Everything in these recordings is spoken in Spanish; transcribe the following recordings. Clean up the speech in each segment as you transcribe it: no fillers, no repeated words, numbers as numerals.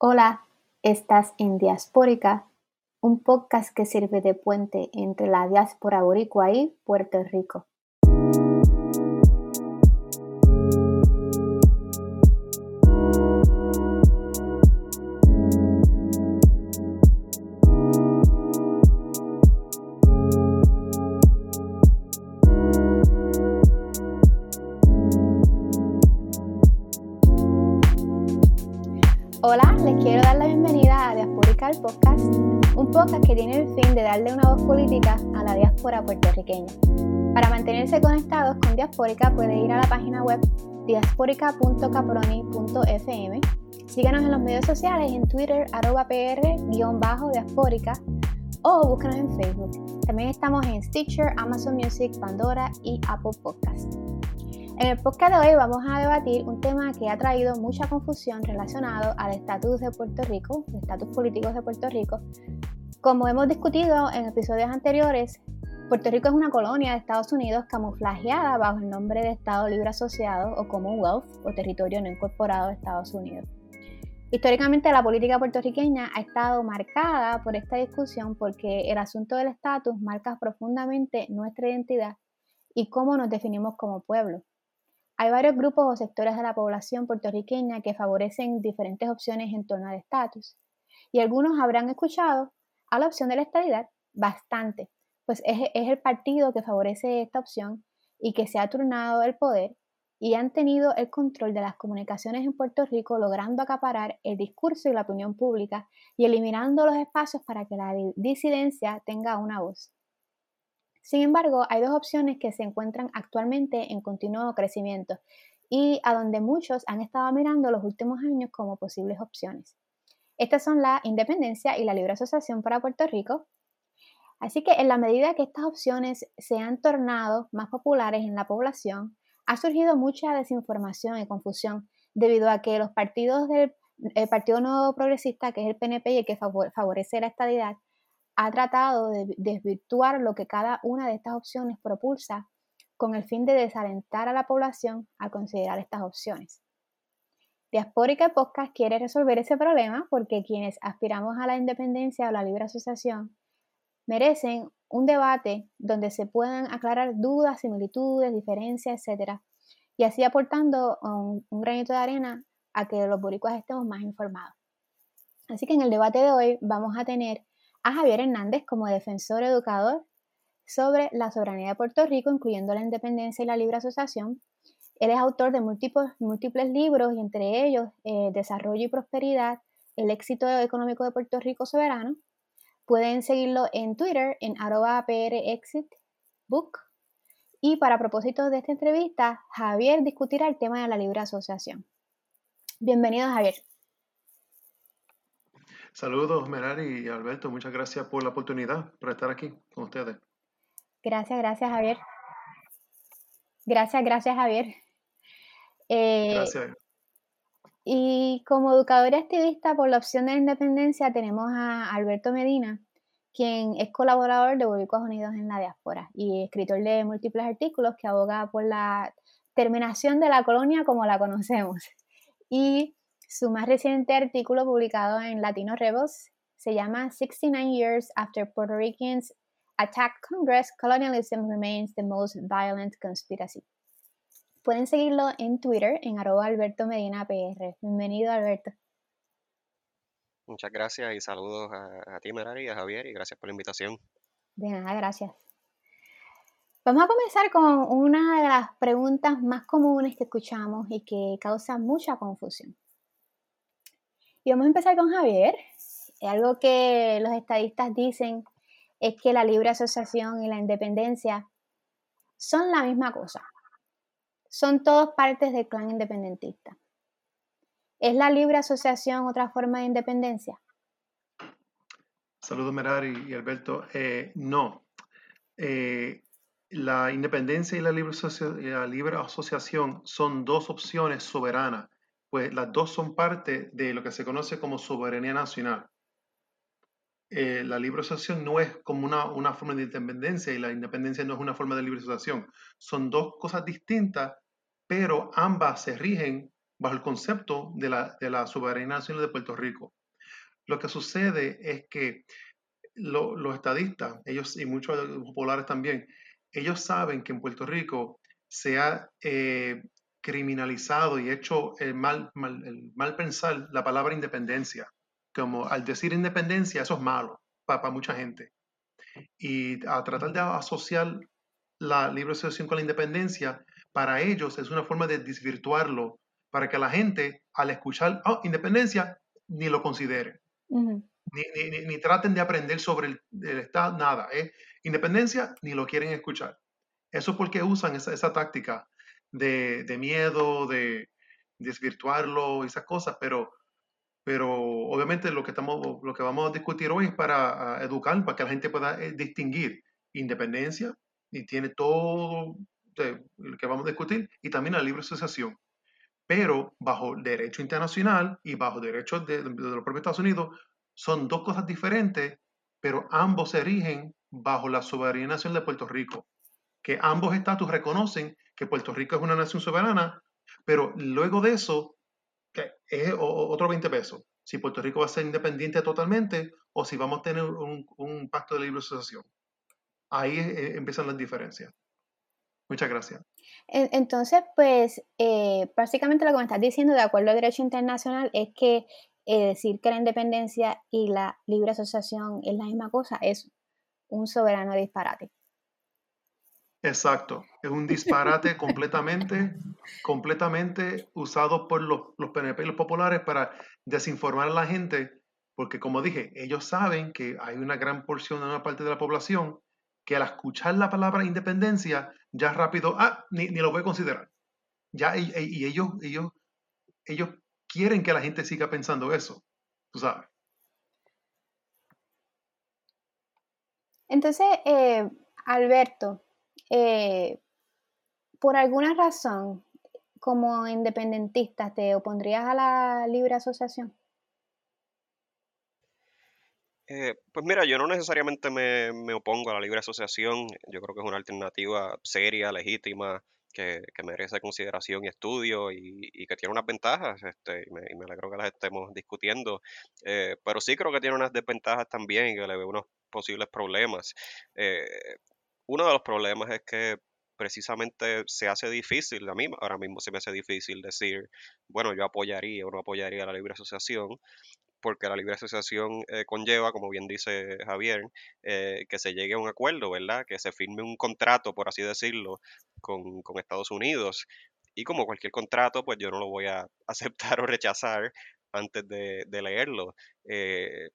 Hola, estás en Diaspórica, un podcast que sirve de puente entre la diáspora boricua y Puerto Rico. Hola, les quiero dar la bienvenida a Diaspórica, el podcast, un podcast que tiene el fin de darle una voz política a la diáspora puertorriqueña. Para mantenerse conectados con Diaspórica puede ir a la página web diasporica.caproni.fm. Síganos en los medios sociales en Twitter @pr_diaspórica o búscanos en Facebook. También estamos en Stitcher, Amazon Music, Pandora y Apple Podcasts. En el podcast de hoy vamos a debatir un tema que ha traído mucha confusión relacionado al estatus de Puerto Rico, los estatus políticos de Puerto Rico. Como hemos discutido en episodios anteriores, Puerto Rico es una colonia de Estados Unidos camuflajeada bajo el nombre de Estado Libre Asociado o Commonwealth o Territorio No Incorporado de Estados Unidos. Históricamente la política puertorriqueña ha estado marcada por esta discusión porque el asunto del estatus marca profundamente nuestra identidad y cómo nos definimos como pueblo. Hay varios grupos o sectores de la población puertorriqueña que favorecen diferentes opciones en torno al estatus. Y algunos habrán escuchado a la opción de la estadidad bastante, pues es el partido que favorece esta opción y que se ha turnado el poder y han tenido el control de las comunicaciones en Puerto Rico, logrando acaparar el discurso y la opinión pública y eliminando los espacios para que la disidencia tenga una voz. Sin embargo, hay dos opciones que se encuentran actualmente en continuo crecimiento y a donde muchos han estado mirando los últimos años como posibles opciones. Estas son la independencia y la libre asociación para Puerto Rico. Así que en la medida que estas opciones se han tornado más populares en la población, ha surgido mucha desinformación y confusión debido a que los partidos del Partido Nuevo Progresista, que es el PNP y el que favorece la estadidad, ha tratado de desvirtuar lo que cada una de estas opciones propulsa con el fin de desalentar a la población a considerar estas opciones. Diaspórica Podcast quiere resolver ese problema porque quienes aspiramos a la independencia o la libre asociación merecen un debate donde se puedan aclarar dudas, similitudes, diferencias, etc. Y así aportando un granito de arena a que los boricuas estemos más informados. Así que en el debate de hoy vamos a tener a Javier Hernández como defensor educador sobre la soberanía de Puerto Rico, incluyendo la independencia y la libre asociación. Él es autor de múltiples libros y entre ellos Desarrollo y Prosperidad, el éxito económico de Puerto Rico soberano. Pueden seguirlo en Twitter en @PRExitBook. Y para propósitos de esta entrevista, Javier discutirá el tema de la libre asociación. Bienvenido, Javier. Saludos, Merari y Alberto. Muchas gracias por la oportunidad por estar aquí con ustedes. Gracias, Javier. Gracias, Javier. Gracias. Y como educador y activista por la opción de la independencia tenemos a Alberto Medina, quien es colaborador de Boricuas Unidos en la Diáspora y escritor de múltiples artículos que aboga por la terminación de la colonia como la conocemos. Y su más reciente artículo publicado en Latino Rebels se llama 69 Years After Puerto Ricans Attacked Congress, Colonialism Remains the Most Violent Conspiracy. Pueden seguirlo en Twitter en @AlbertoMedinaPR. Bienvenido, Alberto. Muchas gracias y saludos a ti, Merari, y a Javier, y gracias por la invitación. De nada, gracias. Vamos a comenzar con una de las preguntas más comunes que escuchamos y que causa mucha confusión. Y vamos a empezar con Javier. Algo que los estadistas dicen es que la libre asociación y la independencia son la misma cosa. Son todos partes del clan independentista. ¿Es la libre asociación otra forma de independencia? Saludos, Merari y Alberto. No. La independencia y la libre asociación son dos opciones soberanas, pues las dos son parte de lo que se conoce como soberanía nacional. La libre asociación no es como una forma de independencia y la independencia no es una forma de libre asociación. Son dos cosas distintas, pero ambas se rigen bajo el concepto de la soberanía nacional de Puerto Rico. Lo que sucede es que los estadistas, ellos y muchos populares también, ellos saben que en Puerto Rico se ha criminalizado y hecho el mal pensar la palabra independencia. Como al decir independencia, eso es malo para mucha gente. Y a tratar de asociar la libre asociación con la independencia, para ellos es una forma de desvirtuarlo, para que la gente al escuchar independencia ni lo considere. Ujú. Ni traten de aprender sobre el Estado, nada. Independencia, ni lo quieren escuchar. Eso es porque usan esa táctica de miedo, de desvirtuarlo, esas cosas, pero obviamente lo que vamos a discutir hoy es para educar, para que la gente pueda distinguir independencia y tiene todo lo que vamos a discutir y también la libre asociación. Pero bajo derecho internacional y bajo derecho de los propios Estados Unidos son dos cosas diferentes, pero ambos se rigen bajo la soberanía nacional de Puerto Rico, que ambos estatus reconocen que Puerto Rico es una nación soberana, pero luego de eso que es otro 20 pesos. Si Puerto Rico va a ser independiente totalmente o si vamos a tener un pacto de libre asociación. Ahí empiezan las diferencias. Muchas gracias. Entonces, pues, básicamente lo que me estás diciendo, de acuerdo al derecho internacional, es que decir que la independencia y la libre asociación es la misma cosa es un soberano disparate. Exacto. Es un disparate completamente usado por los PNP y los populares para desinformar a la gente, porque como dije, ellos saben que hay una gran porción de una parte de la población que al escuchar la palabra independencia, ya rápido, ni lo voy a considerar. Ya, y ellos quieren que la gente siga pensando eso, tú sabes. Entonces, Alberto, eh, por alguna razón, como independentista, ¿te opondrías a la libre asociación? Pues mira, yo no necesariamente me opongo a la libre asociación. Yo creo que es una alternativa seria, legítima, que merece consideración y estudio y que tiene unas ventajas, y me alegro que las estemos discutiendo. Pero sí creo que tiene unas desventajas también y que le veo unos posibles problemas. Eh, Uno de los problemas es que precisamente se hace difícil, a mí ahora mismo se me hace difícil decir, bueno, yo apoyaría o no apoyaría la libre asociación, porque la libre asociación conlleva, como bien dice Javier, que se llegue a un acuerdo, ¿verdad? Que se firme un contrato, por así decirlo, con Estados Unidos. Y como cualquier contrato, pues yo no lo voy a aceptar o rechazar antes de leerlo. Eh,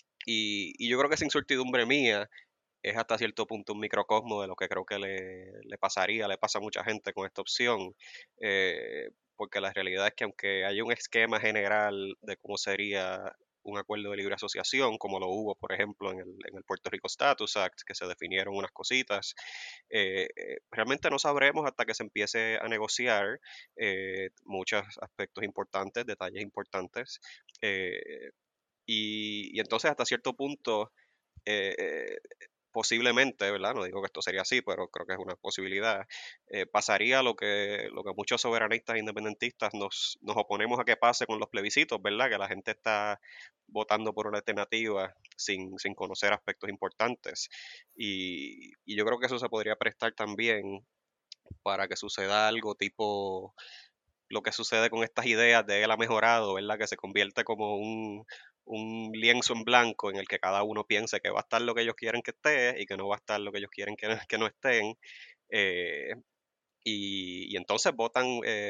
y yo creo que esa incertidumbre mía es hasta cierto punto un microcosmo de lo que creo que le pasaría, le pasa a mucha gente con esta opción, porque la realidad es que aunque hay un esquema general de cómo sería un acuerdo de libre asociación, como lo hubo, por ejemplo, en el Puerto Rico Status Act, que se definieron unas cositas, realmente no sabremos hasta que se empiece a negociar muchos aspectos importantes, detalles importantes, eh, y entonces hasta cierto punto eh, posiblemente, ¿verdad? No digo que esto sería así, pero creo que es una posibilidad. Pasaría lo que muchos soberanistas e independentistas nos oponemos a que pase con los plebiscitos, ¿verdad? Que la gente está votando por una alternativa sin conocer aspectos importantes. Y yo creo que eso se podría prestar también para que suceda algo tipo lo que sucede con estas ideas de él ha mejorado, ¿verdad? Que se convierte como un lienzo en blanco en el que cada uno piense que va a estar lo que ellos quieren que esté y que no va a estar lo que ellos quieren que no estén. eh, y entonces votan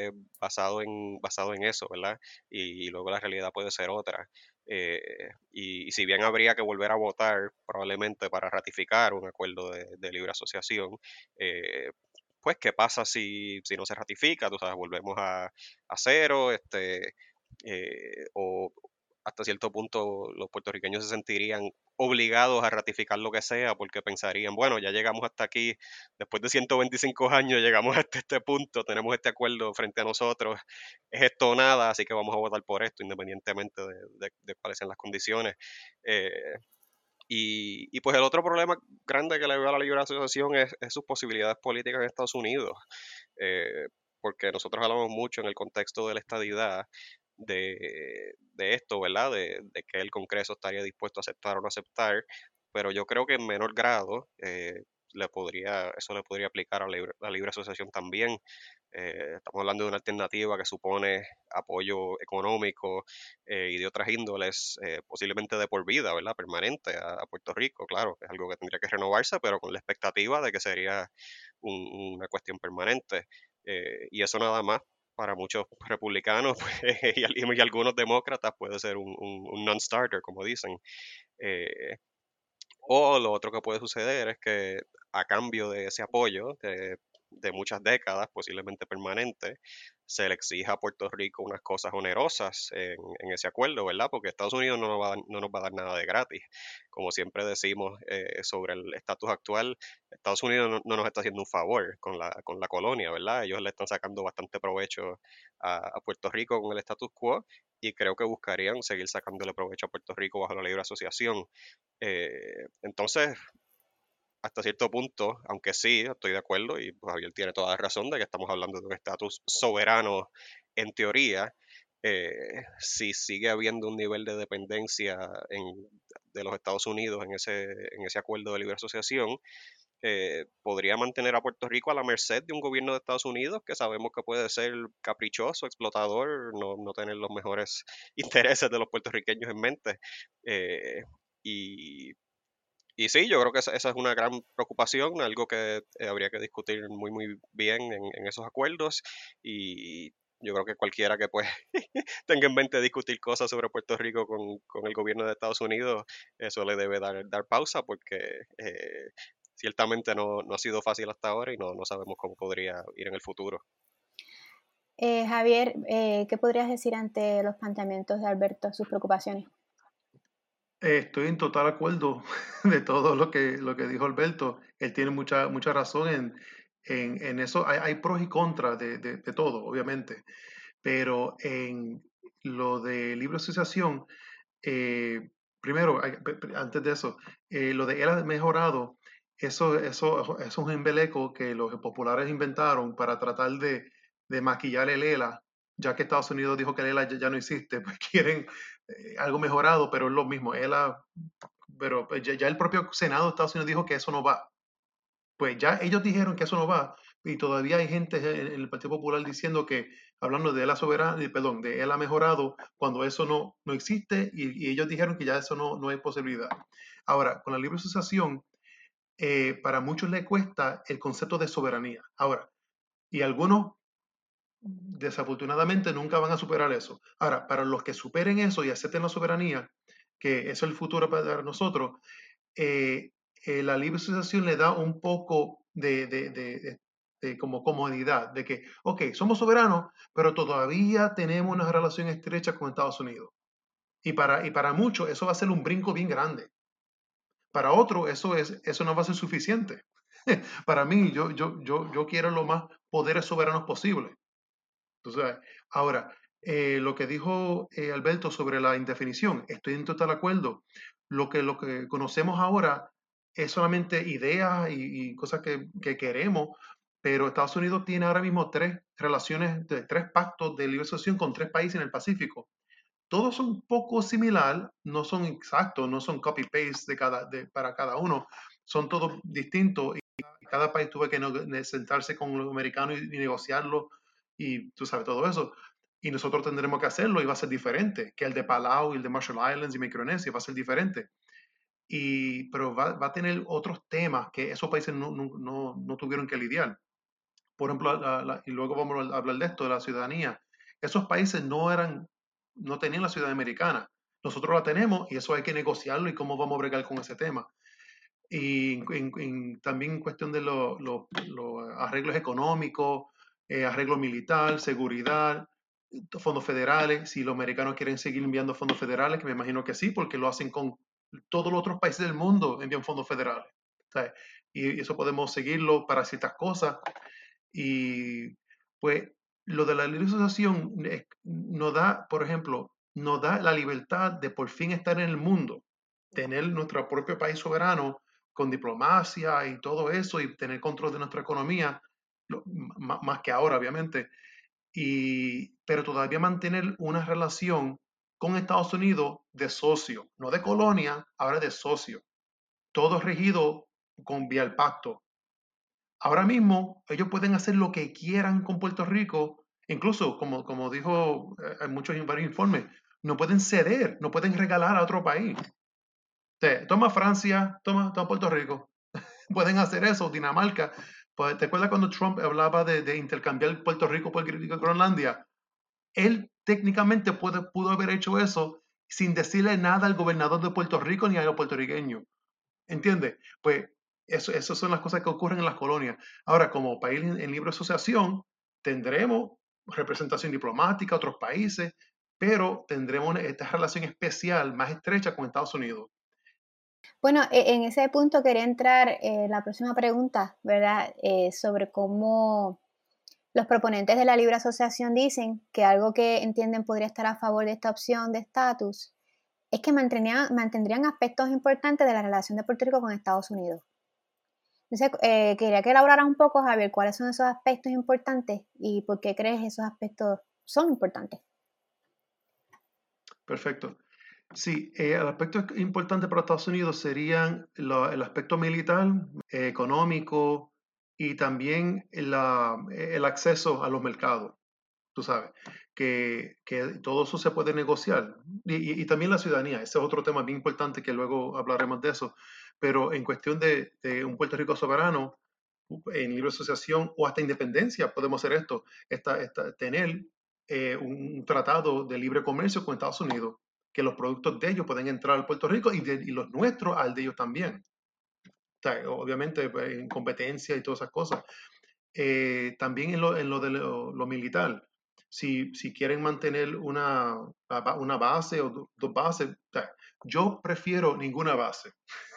basado en eso, ¿verdad? Y luego la realidad puede ser otra. Eh, y si bien habría que volver a votar probablemente para ratificar un acuerdo de libre asociación, eh, pues qué pasa si no se ratifica, tú sabes, volvemos a cero, o hasta cierto punto los puertorriqueños se sentirían obligados a ratificar lo que sea porque pensarían, bueno, ya llegamos hasta aquí, después de 125 años llegamos hasta este punto, tenemos este acuerdo frente a nosotros, es esto o nada, así que vamos a votar por esto independientemente de cuáles sean las condiciones. Eh, y pues el otro problema grande que le veo a la libre asociación es sus posibilidades políticas en Estados Unidos. Eh, porque nosotros hablamos mucho en el contexto de la estadidad de esto, ¿verdad? De que el Congreso estaría dispuesto a aceptar o no aceptar, pero yo creo que en menor grado eso le podría aplicar a la libre asociación también. Estamos hablando de una alternativa que supone apoyo económico y de otras índoles, posiblemente de por vida, ¿verdad? Permanente a Puerto Rico, claro, es algo que tendría que renovarse, pero con la expectativa de que sería una cuestión permanente. Y eso nada más para muchos republicanos pues, y algunos demócratas puede ser un non-starter, como dicen. Eh, o lo otro que puede suceder es que a cambio de ese apoyo de muchas décadas, posiblemente permanente, se le exija a Puerto Rico unas cosas onerosas en ese acuerdo, ¿verdad? Porque Estados Unidos no nos va a dar nada de gratis. Como siempre decimos sobre el estatus actual, Estados Unidos no nos está haciendo un favor con la colonia, ¿verdad? Ellos le están sacando bastante provecho a Puerto Rico con el status quo y creo que buscarían seguir sacándole provecho a Puerto Rico bajo la libre asociación. Entonces, hasta cierto punto, aunque sí, estoy de acuerdo y pues, Javier tiene toda la razón de que estamos hablando de un estatus soberano en teoría, si sigue habiendo un nivel de dependencia de los Estados Unidos en ese acuerdo de libre asociación, podría mantener a Puerto Rico a la merced de un gobierno de Estados Unidos que sabemos que puede ser caprichoso, explotador, no tener los mejores intereses de los puertorriqueños en mente. Eh, y y sí, yo creo que esa es una gran preocupación, algo que habría que discutir muy bien en esos acuerdos. Y yo creo que cualquiera que pues tenga en mente discutir cosas sobre Puerto Rico con el gobierno de Estados Unidos, eso le debe dar pausa porque ciertamente no ha sido fácil hasta ahora y no sabemos cómo podría ir en el futuro. Javier, ¿qué podrías decir ante los planteamientos de Alberto, sus preocupaciones? Estoy en total acuerdo de todo lo que dijo Alberto. Él tiene mucha razón en eso. Hay pros y contras de todo, obviamente. Pero en lo de libre asociación, primero, antes de eso, lo de él ha mejorado, eso es un embeleco que los populares inventaron para tratar de maquillar el ELA, ya que Estados Unidos dijo que el ELA ya no existe, pues quieren algo mejorado, pero es lo mismo. Pero pues, ya el propio Senado de Estados Unidos dijo que eso no va. Pues ya ellos dijeron que eso no va y todavía hay gente en el Partido Popular diciendo que, hablando de la soberana, perdón, de él ha mejorado cuando eso no existe y ellos dijeron que ya eso no hay posibilidad. Ahora, con la libre asociación, para muchos le cuesta el concepto de soberanía. Ahora, y algunos desafortunadamente nunca van a superar eso. Ahora, para los que superen eso y acepten la soberanía, que eso es el futuro para nosotros, eh, la libre asociación le da un poco de como comodidad, de que, ok, somos soberanos, pero todavía tenemos una relación estrecha con Estados Unidos. Y para muchos eso va a ser un brinco bien grande. Para otros eso no va a ser suficiente. Para mí, yo quiero lo más poderes soberanos posible. Entonces, ahora, lo que dijo Alberto sobre la indefinición, estoy en total acuerdo. Lo que conocemos ahora es solamente ideas y cosas que queremos, pero Estados Unidos tiene ahora mismo tres pactos de libre asociación con tres países en el Pacífico. Todos son un poco similar, no son exactos, no son copy-paste para cada uno, son todos distintos y cada país tuvo que sentarse con los americanos y negociarlo y tú sabes todo eso. Y nosotros tendremos que hacerlo y va a ser diferente que el de Palau y el de Marshall Islands y Micronesia, va a ser diferente. Pero va a tener otros temas que esos países no tuvieron que lidiar. Por ejemplo, y luego vamos a hablar de esto, de la ciudadanía. Esos países no tenían la ciudadanía americana. Nosotros la tenemos y eso hay que negociarlo y cómo vamos a bregar con ese tema. Y también en cuestión de los arreglos económicos, arreglo militar, seguridad, fondos federales, si los americanos quieren seguir enviando fondos federales, que me imagino que sí, porque lo hacen con todos los otros países del mundo, envían fondos federales. ¿Sabes? Y eso podemos seguirlo para ciertas cosas. Y pues lo de la libre asociación nos da, por ejemplo, nos da la libertad de por fin estar en el mundo, tener nuestro propio país soberano con diplomacia y todo eso y tener control de nuestra economía más que ahora, obviamente, pero todavía mantener una relación con Estados Unidos de socio, no de colonia, ahora de socio. Todo regido vía el pacto. Ahora mismo ellos pueden hacer lo que quieran con Puerto Rico, incluso como dijo en varios informes, no pueden ceder, no pueden regalar a otro país. Toma Francia, toma Puerto Rico. Pueden hacer eso, Dinamarca. Pues, ¿te acuerdas cuando Trump hablaba de intercambiar Puerto Rico por Groenlandia? Él técnicamente pudo haber hecho eso sin decirle nada al gobernador de Puerto Rico ni a los puertorriqueños. ¿Entiendes? Pues eso son las cosas que ocurren en las colonias. Ahora, como país en libre asociación, tendremos representación diplomática a otros países, pero tendremos esta relación especial más estrecha con Estados Unidos. Bueno, en ese punto quería entrar la próxima pregunta, ¿verdad? Sobre cómo los proponentes de la libre asociación dicen que algo que entienden podría estar a favor de esta opción de estatus es que mantendrían aspectos importantes de la relación de Puerto Rico con Estados Unidos. Entonces, quería que elaboraras un poco, Javier, cuáles son esos aspectos importantes y por qué crees esos aspectos son importantes. Perfecto. Sí, el aspecto importante para Estados Unidos serían el aspecto militar, económico y también el acceso a los mercados. Tú sabes, que todo eso se puede negociar. Y también la ciudadanía, ese es otro tema bien importante que luego hablaremos de eso. Pero en cuestión de un Puerto Rico soberano, en libre asociación o hasta independencia, podemos hacer esto, tener un tratado de libre comercio con Estados Unidos, que los productos de ellos pueden entrar al Puerto Rico y los nuestros al de ellos también. O sea, obviamente pues, en competencia y todas esas cosas. También en lo de lo militar, si quieren mantener una base o dos bases, o sea, yo prefiero ninguna base.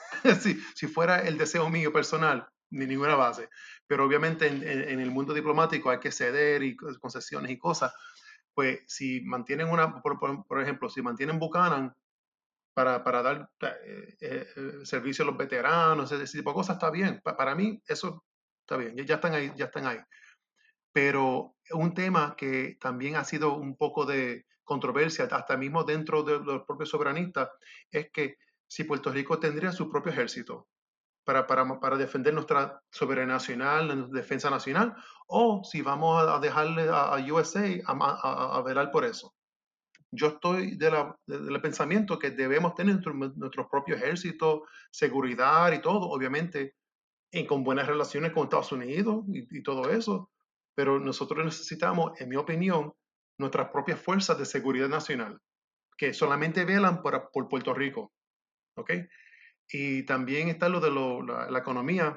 si fuera el deseo mío personal, ni ninguna base. Pero obviamente en el mundo diplomático hay que ceder y concesiones y cosas. Pues si mantienen por ejemplo, si mantienen Buchanan para dar servicio a los veteranos, ese tipo de cosas, está bien. Para mí eso está bien, ya están ahí, ya están ahí. Pero un tema que también ha sido un poco de controversia, hasta mismo dentro de los propios soberanistas, es que si Puerto Rico tendría su propio ejército para defender nuestra soberanía nacional, nuestra defensa nacional, o si vamos a dejarle a USA a velar por eso. Yo estoy del pensamiento que debemos tener nuestro propio ejército, seguridad y todo, obviamente, con buenas relaciones con Estados Unidos y todo eso, pero nosotros necesitamos, en mi opinión, nuestras propias fuerzas de seguridad nacional, que solamente velan por Puerto Rico, ¿ok? Y también está lo de la economía,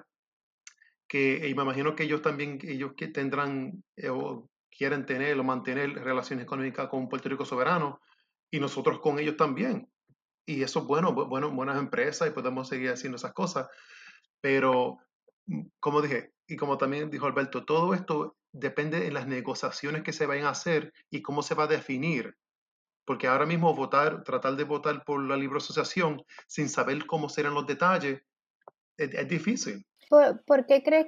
que y me imagino que ellos también, ellos que tendrán o quieren tener o mantener relaciones económicas con Puerto Rico soberano, y nosotros con ellos también. Y eso es bueno, buenas empresas y podemos seguir haciendo esas cosas, pero como dije, y como también dijo Alberto, todo esto depende en las negociaciones que se vayan a hacer y cómo se va a definir. Porque ahora mismo tratar de votar por la libre asociación sin saber cómo serán los detalles, es difícil. ¿Por qué crees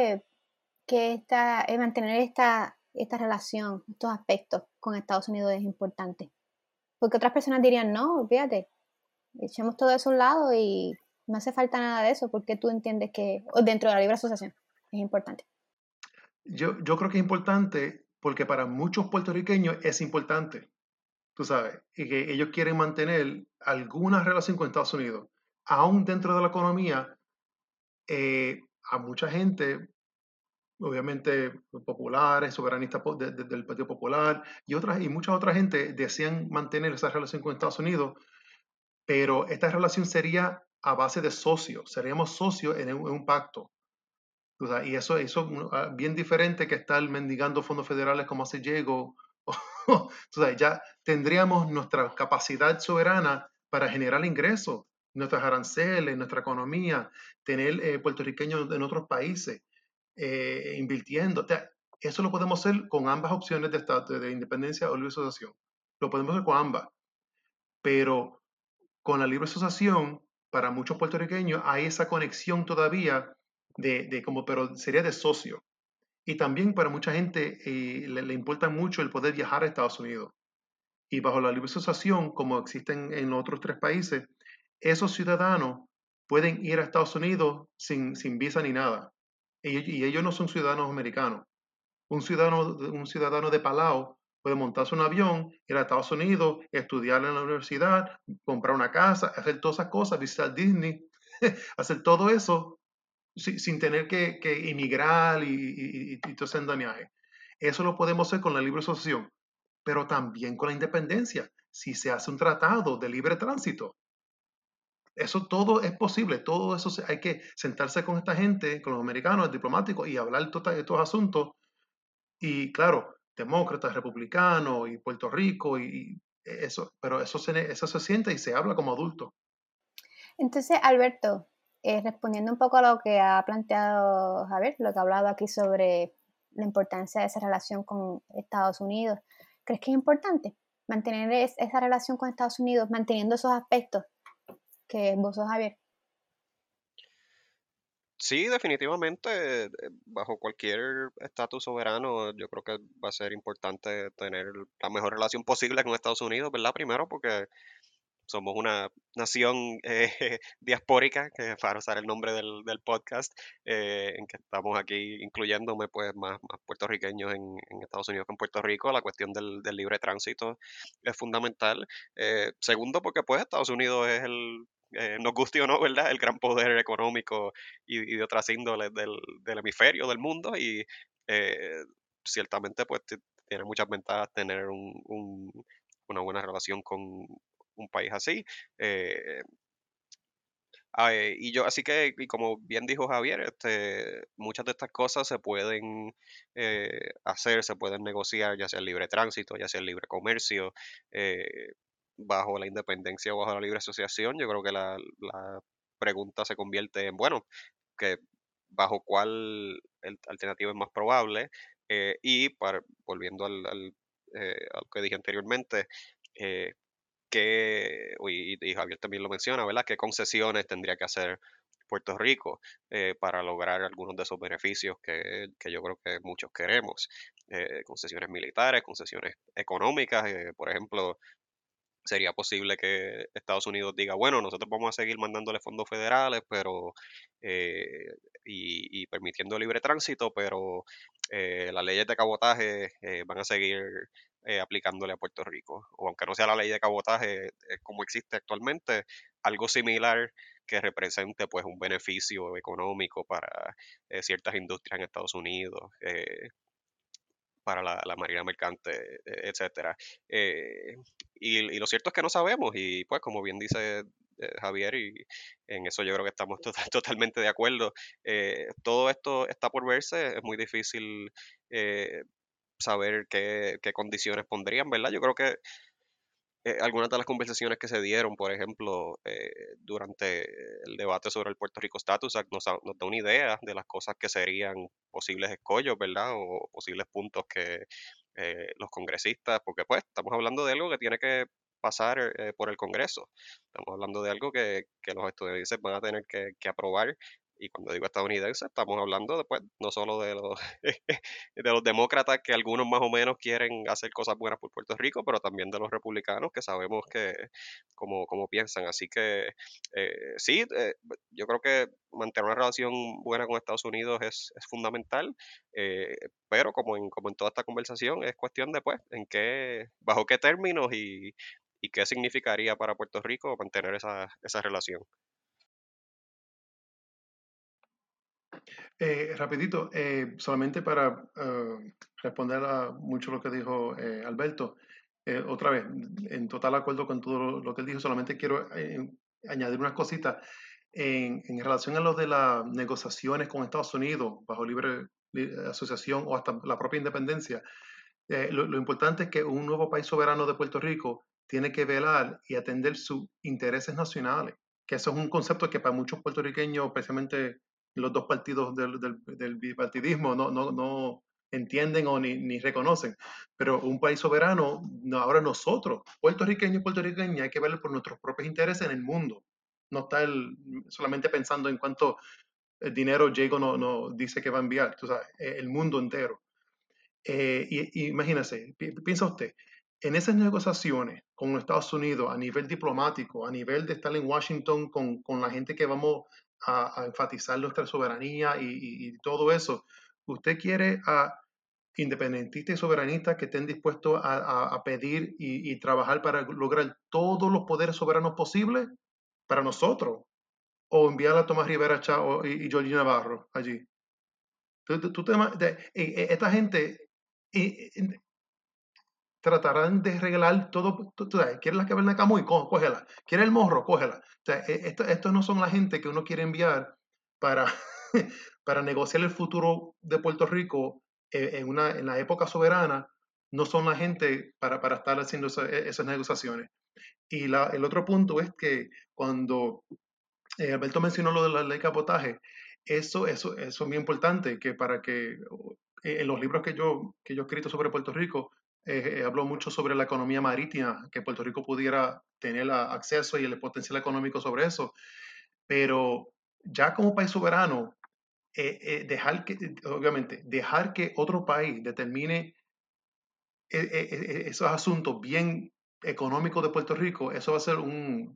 que mantener esta relación, estos aspectos con Estados Unidos es importante? Porque otras personas dirían, no, fíjate, echemos todo eso a un lado y no hace falta nada de eso, porque tú entiendes que dentro de la libre asociación es importante. Yo creo que es importante porque para muchos puertorriqueños es importante, tú sabes, y que ellos quieren mantener alguna relación con Estados Unidos. Aún dentro de la economía, a mucha gente, obviamente populares, soberanistas del Partido Popular y mucha otra gente desean mantener esa relación con Estados Unidos, pero esta relación sería a base de socios, seríamos socios en un pacto. O sea, y eso es bien diferente que estar mendigando fondos federales como hace Diego. Entonces, ya tendríamos nuestra capacidad soberana para generar ingresos, nuestras aranceles, nuestra economía, tener puertorriqueños en otros países invirtiendo. O sea, eso lo podemos hacer con ambas opciones de independencia o libre asociación. Lo podemos hacer con ambas. Pero con la libre asociación, para muchos puertorriqueños hay esa conexión todavía pero sería de socio. Y también para mucha gente le importa mucho el poder viajar a Estados Unidos. Y bajo la libre asociación, como existen en otros 3 países, esos ciudadanos pueden ir a Estados Unidos sin visa ni nada. Y ellos no son ciudadanos americanos. Un ciudadano de Palau puede montarse un avión, ir a Estados Unidos, estudiar en la universidad, comprar una casa, hacer todas esas cosas, visitar Disney, hacer todo eso sin tener que emigrar y todo ese andamiaje. Eso lo podemos hacer con la libre asociación, pero también con la independencia. Si se hace un tratado de libre tránsito, eso todo es posible, todo eso hay que sentarse con esta gente, con los americanos, diplomáticos, y hablar de estos asuntos. Y claro, demócratas, republicanos, y Puerto Rico, y eso, pero eso se siente y se habla como adulto. Entonces, Alberto, respondiendo un poco a lo que ha planteado Javier, lo que ha hablado aquí sobre la importancia de esa relación con Estados Unidos, ¿crees que es importante mantener esa relación con Estados Unidos, manteniendo esos aspectos que vos sos, Javier? Sí, definitivamente, bajo cualquier estatus soberano, yo creo que va a ser importante tener la mejor relación posible con Estados Unidos, ¿verdad? Primero porque somos una nación diaspórica, que para usar el nombre del podcast, en que estamos aquí incluyéndome pues más puertorriqueños en Estados Unidos que en Puerto Rico. La cuestión del libre tránsito es fundamental. Segundo, porque pues Estados Unidos es nos guste o no, ¿verdad? El gran poder económico y de otras índoles del hemisferio, del mundo, y eh, ciertamente pues tiene muchas ventajas tener una buena relación con un país así. eh, y yo, así que, y como bien dijo Javier, muchas de estas cosas se pueden hacer, se pueden negociar, ya sea el libre tránsito, ya sea el libre comercio, eh, bajo la independencia o bajo la libre asociación. Yo creo que la pregunta se convierte en, bueno, que bajo cuál alternativa es más probable. Volviendo a lo que dije anteriormente, eh, y Javier también lo menciona, ¿verdad? ¿Qué concesiones tendría que hacer Puerto Rico para lograr algunos de esos beneficios que yo creo que muchos queremos? Concesiones militares, concesiones económicas, por ejemplo, sería posible que Estados Unidos diga, bueno, nosotros vamos a seguir mandándole fondos federales, pero y permitiendo libre tránsito, pero las leyes de cabotaje van a seguir aplicándole a Puerto Rico. O aunque no sea la ley de cabotaje como existe actualmente, algo similar que represente pues un beneficio económico para ciertas industrias en Estados Unidos. Para la marina mercante, etcétera. Eh, y lo cierto es que no sabemos, y pues como bien dice Javier, y en eso yo creo que estamos totalmente de acuerdo, todo esto está por verse, es muy difícil saber qué condiciones pondrían, ¿verdad? Yo creo que algunas de las conversaciones que se dieron, por ejemplo, durante el debate sobre el Puerto Rico Status Act, nos da una idea de las cosas que serían posibles escollos, ¿verdad? O posibles puntos que los congresistas, porque pues estamos hablando de algo que tiene que pasar por el Congreso. Estamos hablando de algo que los estadounidenses van a tener que aprobar. Y cuando digo estadounidenses, estamos hablando después no solo de los, de los demócratas, que algunos más o menos quieren hacer cosas buenas por Puerto Rico, pero también de los republicanos, que sabemos que como piensan. Así que sí, yo creo que mantener una relación buena con Estados Unidos es fundamental, eh, pero como en toda esta conversación, es cuestión de, pues, bajo qué términos y qué significaría para Puerto Rico mantener esa relación. Rapidito, solamente para responder a mucho lo que dijo Alberto. Otra vez, en total acuerdo con todo lo que él dijo, solamente quiero añadir unas cositas en relación a lo de las negociaciones con Estados Unidos bajo asociación o hasta la propia independencia. Lo importante es que un nuevo país soberano de Puerto Rico tiene que velar y atender sus intereses nacionales, que eso es un concepto que para muchos puertorriqueños, especialmente los dos partidos del bipartidismo, no entienden o ni reconocen. Pero un país soberano, ahora nosotros, puertorriqueños y puertorriqueñas, hay que ver por nuestros propios intereses en el mundo. No estar solamente pensando en cuánto el dinero Jacob no dice que va a enviar, tú sabes, el mundo entero. Y imagínese, piensa usted, en esas negociaciones con los Estados Unidos a nivel diplomático, a nivel de estar en Washington con la gente que vamos a enfatizar nuestra soberanía y todo eso, usted quiere a independentistas y soberanistas que estén dispuestos a pedir y trabajar para lograr todos los poderes soberanos posibles para nosotros, o enviar a Tomás Rivera Chá y Georgina Navarro allí. Esta gente tratarán de regalar todo. ¿Quieres la caverna de Camuy? Cógela. ¿Quieres el morro? Cógela. Estos no son la gente que uno quiere enviar para, para negociar el futuro de Puerto Rico en la época soberana. No son la gente para estar haciendo esas negociaciones. Y el otro punto es que cuando Alberto mencionó lo de la ley de cabotaje, eso es muy importante, que para que en los libros que yo he escrito sobre Puerto Rico, hablo mucho sobre la economía marítima, que Puerto Rico pudiera tener acceso y el potencial económico sobre eso. Pero ya como país soberano, obviamente, dejar que otro país determine esos asuntos bien económicos de Puerto Rico, eso va a ser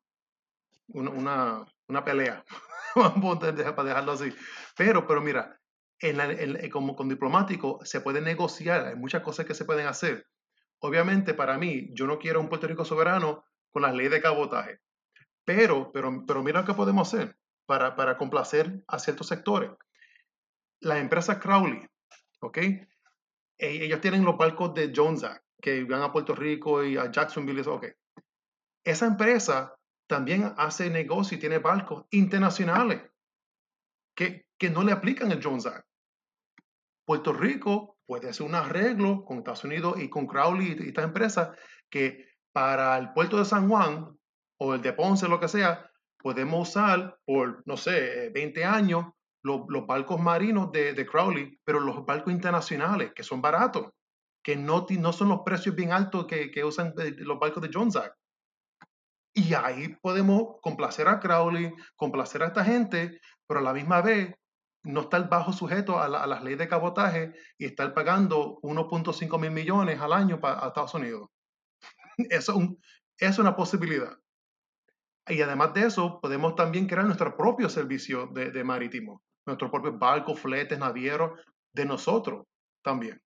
una pelea. Vamos a para dejarlo así. Pero mira, como con diplomático se puede negociar, hay muchas cosas que se pueden hacer. Obviamente, para mí, yo no quiero un Puerto Rico soberano con las leyes de cabotaje. Pero mira lo que podemos hacer para complacer a ciertos sectores. Las empresas Crowley, ¿ok? Ellos tienen los barcos de Jones Act, que van a Puerto Rico y a Jacksonville, ok. Esa empresa también hace negocio y tiene barcos internacionales que no le aplican el Jones Act. Puerto Rico puede hacer un arreglo con Estados Unidos y con Crowley y estas empresas que para el puerto de San Juan o el de Ponce, lo que sea, podemos usar por, no sé, 20 años los barcos marinos de Crowley, pero los barcos internacionales, que son baratos, que no son los precios bien altos que usan los barcos de Jones Act. Y ahí podemos complacer a Crowley, complacer a esta gente, pero a la misma vez no estar bajo sujeto a las leyes de cabotaje y estar pagando 1.5 mil millones al año a Estados Unidos. Eso es una posibilidad. Y además de eso, podemos también crear nuestro propio servicio de marítimo, nuestro propio barco, fletes, navieros, de nosotros también.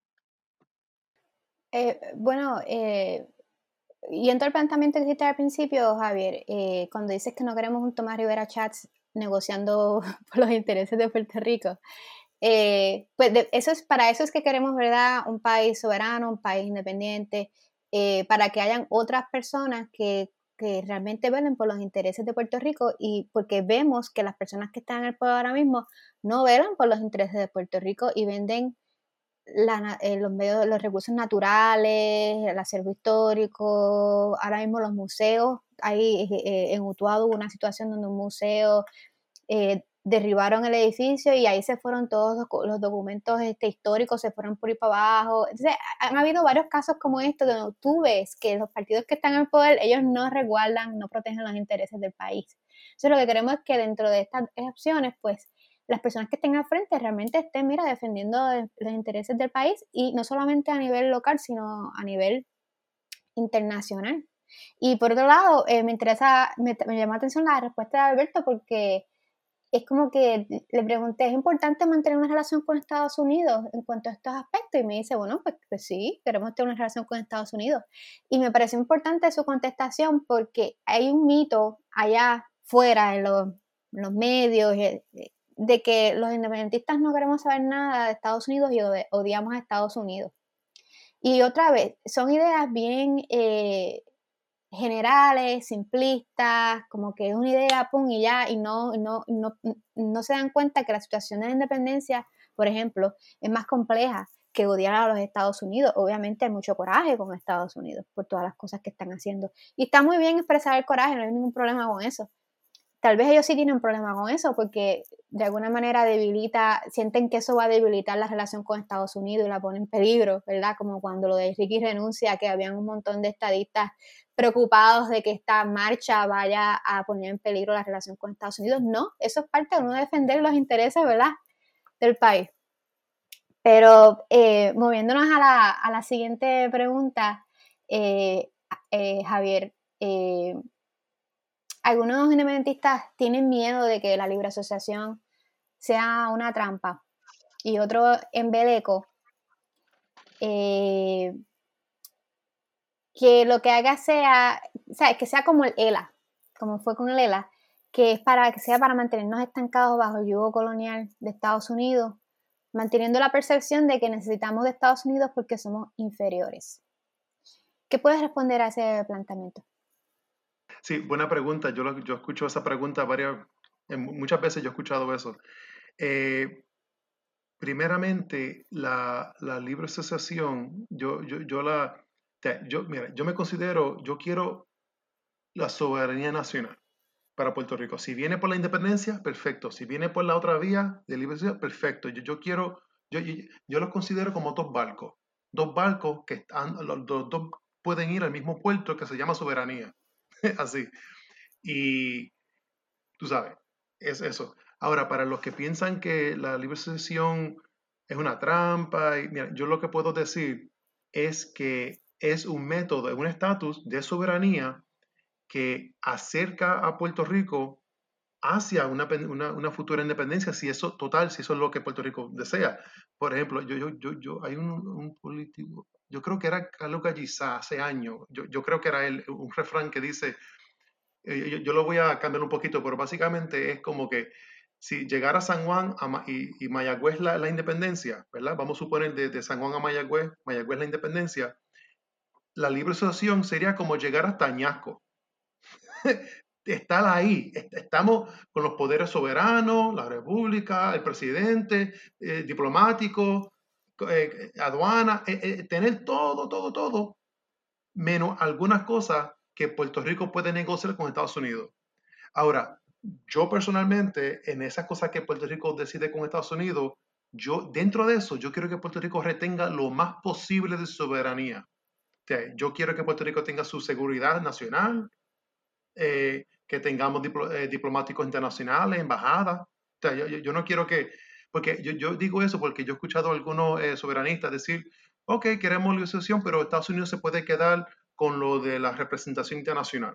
Yendo al planteamiento que hiciste al principio, Javier, cuando dices que no queremos un Tomás Rivera Chats negociando por los intereses de Puerto Rico, pues para eso es que queremos, ¿verdad? Un país soberano, un país independiente, para que hayan otras personas que realmente velen por los intereses de Puerto Rico, y porque vemos que las personas que están en el poder ahora mismo no velan por los intereses de Puerto Rico y venden los recursos naturales, el acervo histórico, ahora mismo los museos. Ahí en Utuado hubo una situación donde un museo derribaron el edificio y ahí se fueron todos los documentos históricos, se fueron por ahí para abajo. Entonces, han habido varios casos como estos donde tú ves que los partidos que están en el poder, ellos no resguardan, no protegen los intereses del país. Entonces, lo que queremos es que dentro de estas opciones, pues, las personas que estén al frente realmente estén, defendiendo los intereses del país, y no solamente a nivel local, sino a nivel internacional. Y por otro lado, me llamó la atención la respuesta de Alberto, porque es como que le pregunté, ¿es importante mantener una relación con Estados Unidos en cuanto a estos aspectos? Y me dice, bueno, pues sí, queremos tener una relación con Estados Unidos. Y me pareció importante su contestación, porque hay un mito allá fuera en los medios de que los independentistas no queremos saber nada de Estados Unidos y odiamos a Estados Unidos. Y otra vez, son ideas bien generales, simplistas, como que es una idea, pum, y ya, y no se dan cuenta que la situación de la independencia, por ejemplo, es más compleja que odiar a los Estados Unidos. Obviamente hay mucho coraje con Estados Unidos por todas las cosas que están haciendo. Y está muy bien expresar el coraje, no hay ningún problema con eso. Tal vez ellos sí tienen un problema con eso, porque de alguna manera sienten que eso va a debilitar la relación con Estados Unidos y la pone en peligro, ¿verdad? Como cuando lo de Ricky renuncia, que habían un montón de estadistas preocupados de que esta marcha vaya a poner en peligro la relación con Estados Unidos. No, eso es parte de uno defender los intereses, ¿verdad?, del país. Pero moviéndonos a la siguiente pregunta, Javier, algunos independentistas tienen miedo de que la libre asociación sea una trampa y otro embeleco, que lo que haga sea, o sea, que sea como el ELA, como fue con el ELA, que sea para mantenernos estancados bajo el yugo colonial de Estados Unidos, manteniendo la percepción de que necesitamos de Estados Unidos porque somos inferiores. ¿Qué puedes responder a ese planteamiento? Sí, buena pregunta. Yo escucho esa pregunta muchas veces yo he escuchado eso. Primeramente, la libre asociación, mira, yo me considero, yo quiero la soberanía nacional para Puerto Rico. Si viene por la independencia, perfecto. Si viene por la otra vía de libre asociación, perfecto. Yo los considero como dos barcos que los dos pueden ir al mismo puerto que se llama soberanía. Así. Y tú sabes, es eso. Ahora, para los que piensan que la libre asociación es una trampa, mira, yo lo que puedo decir es que es un método, es un estatus de soberanía que acerca a Puerto Rico hacia una futura independencia, si eso si eso es lo que Puerto Rico desea. Por ejemplo, hay un político, yo creo que era Carlos Gallizá hace años, yo creo que era un refrán que dice, yo lo voy a cambiar un poquito, pero básicamente es como que si llegara a San Juan y Mayagüez la independencia, ¿verdad? Vamos a suponer de San Juan a Mayagüez la independencia, la libre asociación sería como llegar hasta Añasco. Estar ahí, estamos con los poderes soberanos, la república, el presidente, diplomático, aduana, tener todo, menos algunas cosas que Puerto Rico puede negociar con Estados Unidos. Ahora, yo personalmente, en esas cosas que Puerto Rico decide con Estados Unidos, dentro de eso, yo quiero que Puerto Rico retenga lo más posible de soberanía. O sea, yo quiero que Puerto Rico tenga su seguridad nacional, que tengamos diplomáticos internacionales, embajadas. O sea, yo no quiero porque yo digo eso porque yo he escuchado a algunos soberanistas decir, ok, queremos la asociación, pero Estados Unidos se puede quedar con lo de la representación internacional.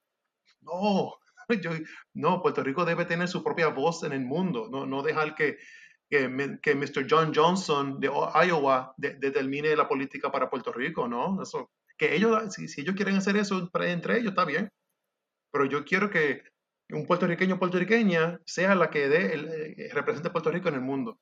No, yo, no, Puerto Rico debe tener su propia voz en el mundo, no dejar que Mr. John Johnson de Iowa determine la política para Puerto Rico, ¿no? Eso, que ellos, si ellos quieren hacer eso entre ellos, está bien, pero yo quiero que un puertorriqueño o puertorriqueña sea la que represente a Puerto Rico en el mundo.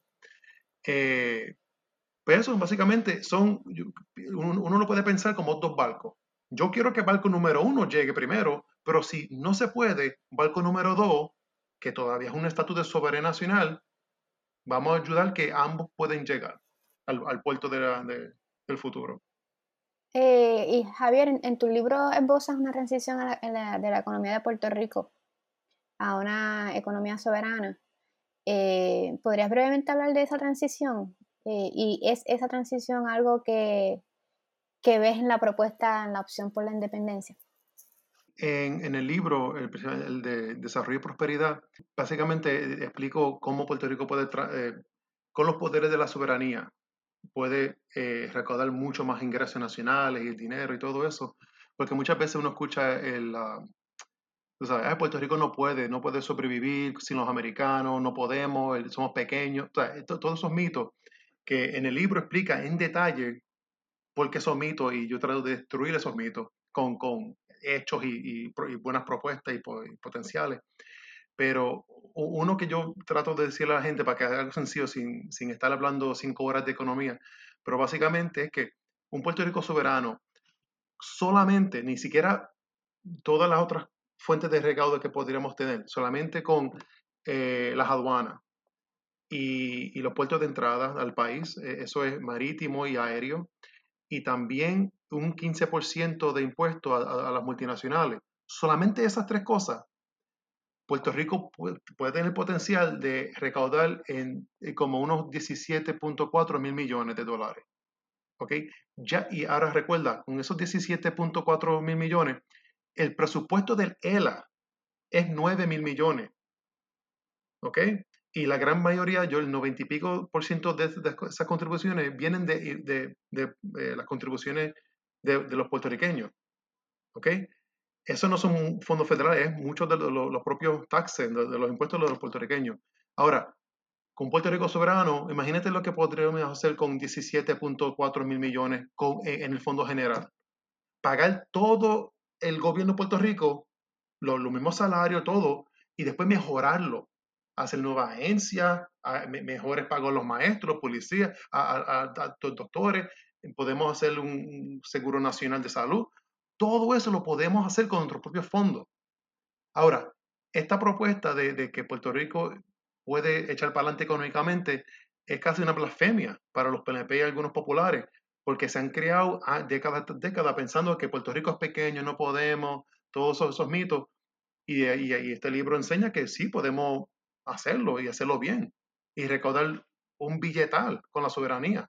Pues eso, básicamente, uno lo puede pensar como dos barcos. Yo quiero que barco número 1 llegue primero, pero si no se puede, barco número 2, que todavía es un estatus de soberanía nacional, vamos a ayudar que ambos pueden llegar al puerto del futuro. Y Javier, en tu libro esbozas una transición de la economía de Puerto Rico a una economía soberana. ¿Podrías brevemente hablar de esa transición? ¿Y es esa transición algo que ves en la propuesta, en la opción por la independencia? En el libro, el de Desarrollo y Prosperidad, básicamente explico cómo Puerto Rico puede, con los poderes de la soberanía, puede recaudar mucho más ingresos nacionales y dinero y todo eso, porque muchas veces uno escucha tú sabes, Puerto Rico no puede sobrevivir sin los americanos, no podemos, somos pequeños, o sea, todos esos mitos que en el libro explica en detalle por qué son mitos y yo trato de destruir esos mitos con hechos y buenas propuestas y potenciales. Pero uno que yo trato de decirle a la gente para que haga algo sencillo sin estar hablando 5 horas de economía, pero básicamente es que un Puerto Rico soberano solamente, ni siquiera todas las otras fuentes de recaudo que podríamos tener, solamente con las aduanas y los puertos de entrada al país, eso es marítimo y aéreo, y también un 15% de impuestos a las multinacionales. Solamente esas tres cosas, Puerto Rico puede tener el potencial de recaudar como unos 17.4 mil millones de dólares. ¿ok? Ya, y ahora recuerda, con esos 17.4 mil millones, el presupuesto del ELA es 9 mil millones, ¿ok? Y la gran mayoría, yo el 90 y pico por ciento de esas contribuciones vienen de las contribuciones de los puertorriqueños, ¿ok? Eso no son fondos federales, es muchos de los propios taxes, de los impuestos de los puertorriqueños. Ahora, con Puerto Rico soberano, imagínate lo que podríamos hacer con 17.4 mil millones en el Fondo General. Pagar todo el gobierno de Puerto Rico, los mismos salarios, todo, y después mejorarlo. Hacer nuevas agencias, mejores pagos a los maestros, policías, a doctores. Podemos hacer un seguro nacional de salud. Todo eso lo podemos hacer con nuestros propios fondos. Ahora, esta propuesta de que Puerto Rico puede echar para adelante económicamente es casi una blasfemia para los PNP y algunos populares, porque se han creado décadas tras décadas pensando que Puerto Rico es pequeño, no podemos, todos esos mitos, y este libro enseña que sí podemos hacerlo y hacerlo bien, y recaudar un billetal con la soberanía.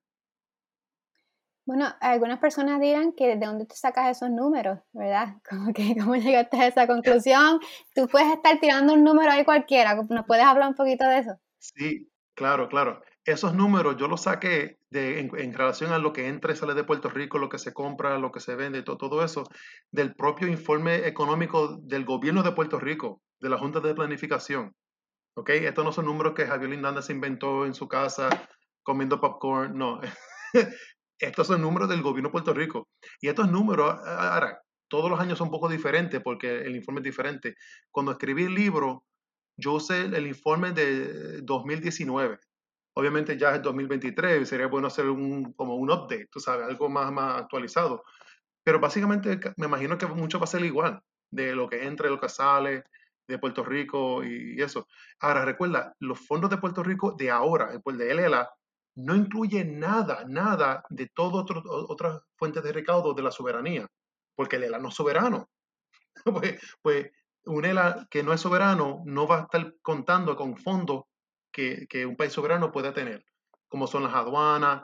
Bueno, algunas personas dirán que de dónde te sacas esos números, ¿verdad? Como que cómo llegaste a esa conclusión. Tú puedes estar tirando un número ahí cualquiera. ¿Nos puedes hablar un poquito de eso? Sí, claro, claro. Esos números yo los saqué en relación a lo que entra y sale de Puerto Rico, lo que se compra, lo que se vende, todo eso, del propio informe económico del gobierno de Puerto Rico, de la Junta de Planificación. ¿Ok? Estos no son números que Javier Lindanda se inventó en su casa comiendo popcorn, no. Estos son números del gobierno de Puerto Rico. Y estos números, ahora, todos los años son un poco diferentes porque el informe es diferente. Cuando escribí el libro, yo usé el informe de 2019. Obviamente ya es 2023, sería bueno hacer como un update, tú sabes, algo más actualizado. Pero básicamente me imagino que mucho va a ser igual, de lo que entra y lo que sale de Puerto Rico y eso. Ahora, recuerda, los fondos de Puerto Rico de ahora, el de LLA, no incluye nada de todas otras fuentes de recaudo de la soberanía, porque el ELA no es soberano. pues un ELA que no es soberano no va a estar contando con fondos que un país soberano pueda tener, como son las aduanas,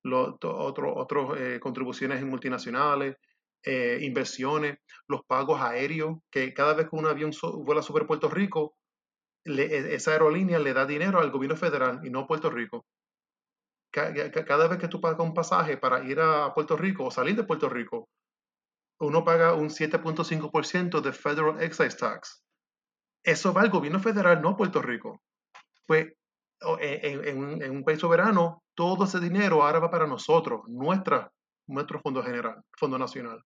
otras contribuciones multinacionales, inversiones, los pagos aéreos, que cada vez que un avión vuela sobre Puerto Rico, esa aerolínea le da dinero al gobierno federal y no a Puerto Rico. Cada vez que tú pagas un pasaje para ir a Puerto Rico o salir de Puerto Rico, uno paga un 7.5% de Federal Excise Tax. Eso va al gobierno federal, no a Puerto Rico. Pues en un país soberano, todo ese dinero ahora va para nosotros, nuestro fondo general, fondo nacional.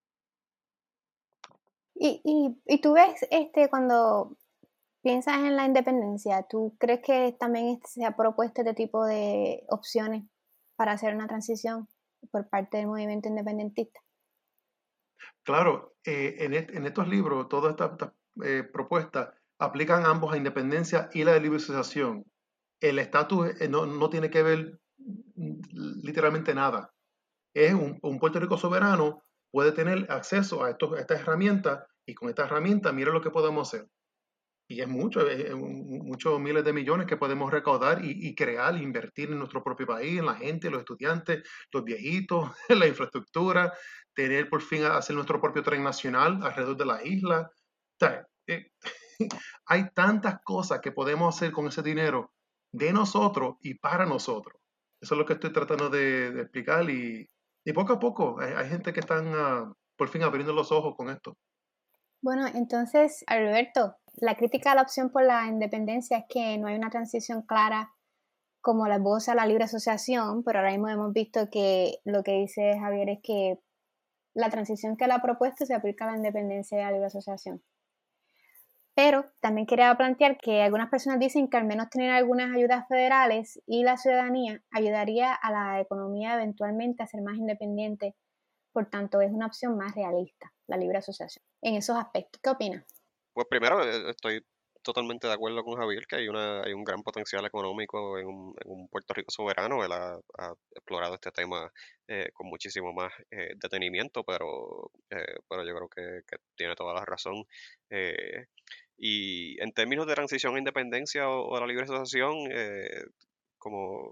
Y tú ves, cuando piensas en la independencia, ¿tú crees que también se ha propuesto este tipo de opciones para hacer una transición por parte del movimiento independentista? Claro, en estos libros, todas estas propuestas aplican ambos a independencia y la de libre asociación. El estatus no tiene que ver literalmente nada. Es un Puerto Rico soberano puede tener acceso a estas herramientas y con estas herramientas mira lo que podemos hacer. Y es mucho, muchos miles de millones que podemos recaudar y crear, invertir en nuestro propio país, en la gente, los estudiantes, los viejitos, en la infraestructura, tener por fin hacer nuestro propio tren nacional alrededor de la isla. O sea, hay tantas cosas que podemos hacer con ese dinero de nosotros y para nosotros. Eso es lo que estoy tratando de explicar y poco a poco hay gente que están por fin abriendo los ojos con esto. Bueno, entonces, Alberto, la crítica a la opción por la independencia es que no hay una transición clara como la voz a la libre asociación, pero ahora mismo hemos visto que lo que dice Javier es que la transición que él ha propuesto se aplica a la independencia y a la libre asociación. Pero también quería plantear que algunas personas dicen que al menos tener algunas ayudas federales y la ciudadanía ayudaría a la economía eventualmente a ser más independiente. Por tanto, es una opción más realista, la libre asociación, en esos aspectos. ¿Qué opinas? Pues primero, estoy totalmente de acuerdo con Javier que hay un gran potencial económico en un Puerto Rico soberano. Él ha explorado este tema con muchísimo más detenimiento, pero yo creo que tiene toda la razón. Eh, y en términos de transición a independencia o a la libre asociación, como,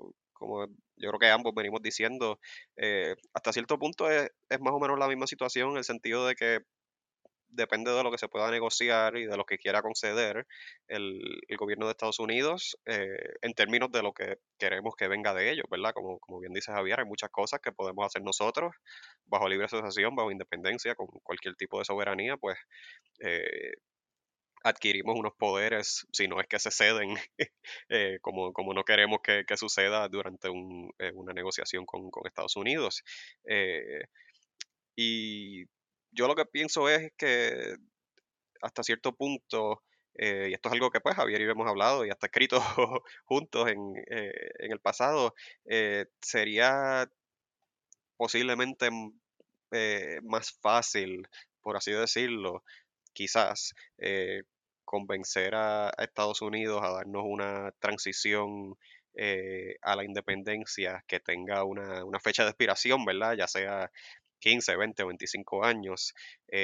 como yo creo que ambos venimos diciendo, hasta cierto punto es más o menos la misma situación en el sentido de que depende de lo que se pueda negociar y de lo que quiera conceder el gobierno de Estados Unidos en términos de lo que queremos que venga de ellos, ¿verdad? Como bien dice Javier, hay muchas cosas que podemos hacer nosotros bajo libre asociación, bajo independencia, con cualquier tipo de soberanía, pues eh, adquirimos unos poderes, si no es que se ceden, como no queremos que suceda durante una negociación con Estados Unidos. Eh, y yo lo que pienso es que hasta cierto punto, y esto es algo que pues Javier y yo hemos hablado y hasta escrito juntos en el pasado, sería posiblemente más fácil, por así decirlo, quizás convencer a Estados Unidos a darnos una transición a la independencia que tenga una fecha de expiración, ¿verdad? Ya sea 15, 20 o 25 años.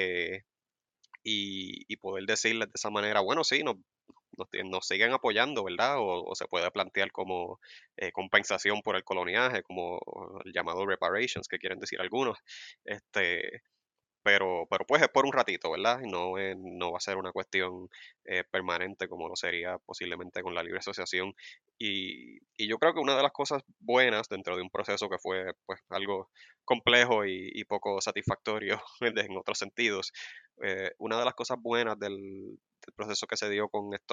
Y poder decirles de esa manera, bueno, sí, nos siguen apoyando, ¿verdad? O se puede plantear como compensación por el coloniaje, como el llamado reparations, que quieren decir algunos. Este, pero pues es por un ratito, ¿verdad? Y no va a ser una cuestión permanente como lo sería posiblemente con la libre asociación. Y yo creo que una de las cosas buenas dentro de un proceso que fue pues algo complejo y poco satisfactorio en otros sentidos, una de las cosas buenas del proceso que se dio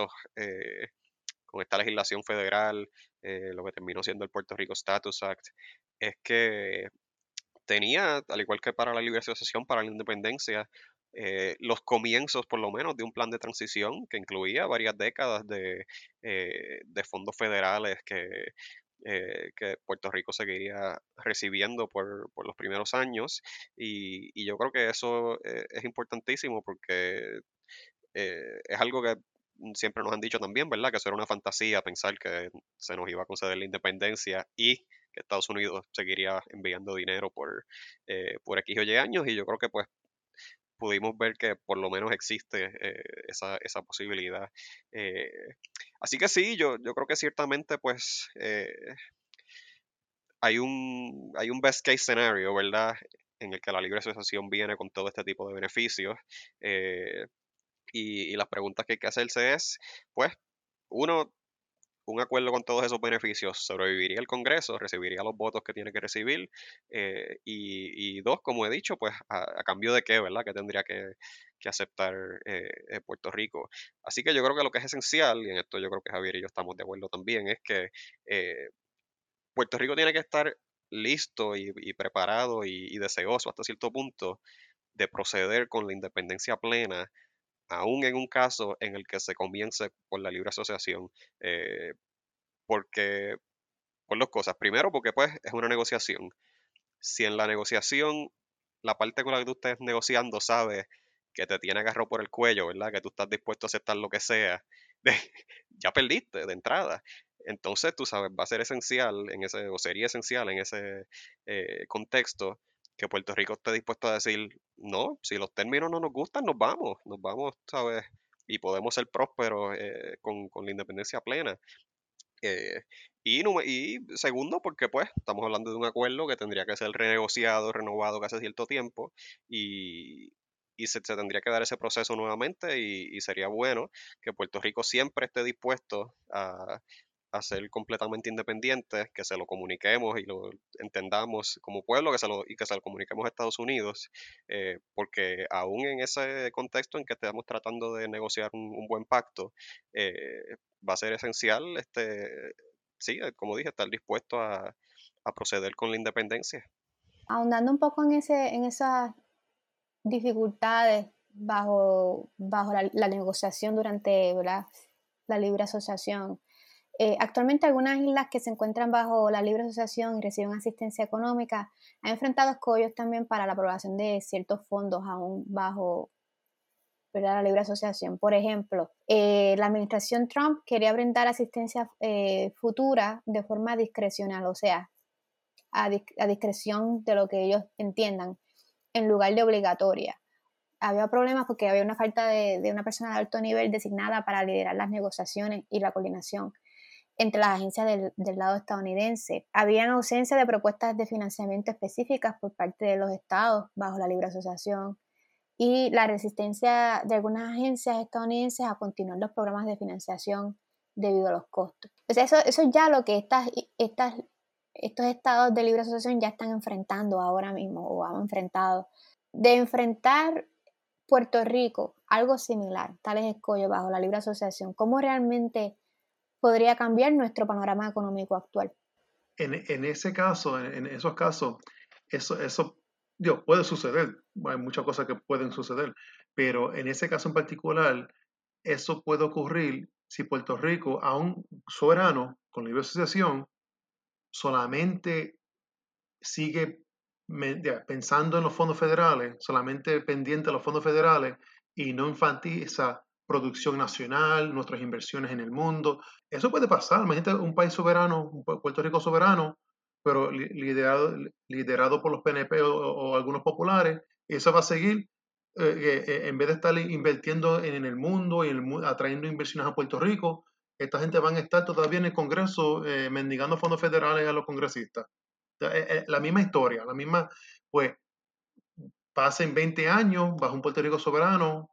con esta legislación federal, lo que terminó siendo el Puerto Rico Status Act, es que tenía, al igual que para la libre asociación, para la independencia, los comienzos, por lo menos, de un plan de transición que incluía varias décadas de fondos federales que Puerto Rico seguiría recibiendo por los primeros años. Y yo creo que eso es importantísimo porque es algo que siempre nos han dicho también, ¿verdad? Que eso era una fantasía pensar que se nos iba a conceder la independencia y que Estados Unidos seguiría enviando dinero por X o Y años y yo creo que pues pudimos ver que por lo menos existe esa posibilidad. Eh, Así que sí, yo creo que ciertamente pues hay un best case scenario, ¿verdad? En el que la libre asociación viene con todo este tipo de beneficios. eh, y las preguntas que hay que hacerse es, pues, uno, un acuerdo con todos esos beneficios, ¿sobreviviría el Congreso? ¿Recibiría los votos que tiene que recibir? Y dos, como he dicho, pues, a cambio de qué, ¿verdad? Que tendría que aceptar Puerto Rico. Así que yo creo que lo que es esencial, y en esto yo creo que Javier y yo estamos de acuerdo también, es que Puerto Rico tiene que estar listo y preparado y deseoso hasta cierto punto de proceder con la independencia plena aún en un caso en el que se comience por la libre asociación, eh, porque, por dos cosas. Primero, porque pues es una negociación. Si en la negociación la parte con la que tú estés negociando sabe que te tiene agarrado por el cuello, ¿verdad? Que tú estás dispuesto a aceptar lo que sea, ya perdiste de entrada. Entonces, tú sabes, va a ser esencial en ese, o sería esencial en ese contexto que Puerto Rico esté dispuesto a decir, no, si los términos no nos gustan, nos vamos, ¿sabes? Y podemos ser prósperos con la independencia plena. Eh, y segundo, porque pues estamos hablando de un acuerdo que tendría que ser renegociado, renovado cada cierto tiempo y, y se tendría que dar ese proceso nuevamente y sería bueno que Puerto Rico siempre esté dispuesto a ser completamente independiente, que se lo comuniquemos y lo entendamos como pueblo y que se lo comuniquemos a Estados Unidos, porque aún en ese contexto en que estamos tratando de negociar un buen pacto, va a ser esencial, sí, como dije, estar dispuesto a proceder con la independencia. Ahondando un poco en esas dificultades bajo la negociación durante, ¿verdad?, la libre asociación. Actualmente algunas islas que se encuentran bajo la libre asociación y reciben asistencia económica han enfrentado escollos también para la aprobación de ciertos fondos aún bajo, ¿verdad?, la libre asociación. Por ejemplo, la administración Trump quería brindar asistencia futura de forma discrecional, o sea, a discreción de lo que ellos entiendan, en lugar de obligatoria. Había problemas porque había una falta de una persona de alto nivel designada para liderar las negociaciones y la coordinación. entre las agencias del lado estadounidense. Había ausencia de propuestas de financiamiento específicas por parte de los estados bajo la libre asociación y la resistencia de algunas agencias estadounidenses a continuar los programas de financiación debido a los costos. Pues eso es ya lo que estos estados de libre asociación ya están enfrentando ahora mismo o han enfrentado. De enfrentar Puerto Rico, algo similar, tales escollos bajo la libre asociación, ¿cómo realmente podría cambiar nuestro panorama económico actual? En ese caso, en esos casos, eso puede suceder. Hay muchas cosas que pueden suceder, pero en ese caso en particular, eso puede ocurrir si Puerto Rico, aún soberano, con libre asociación, solamente sigue pensando en los fondos federales, solamente pendiente de los fondos federales y no enfatiza producción nacional, nuestras inversiones en el mundo. Eso puede pasar. Imagínate un país soberano, Puerto Rico soberano, pero liderado por los PNP o algunos populares, y eso va a seguir. En vez de estar invirtiendo en el mundo y atrayendo inversiones a Puerto Rico, esta gente van a estar todavía en el Congreso mendigando fondos federales a los congresistas. La misma historia, la misma, pues pasen 20 años bajo un Puerto Rico soberano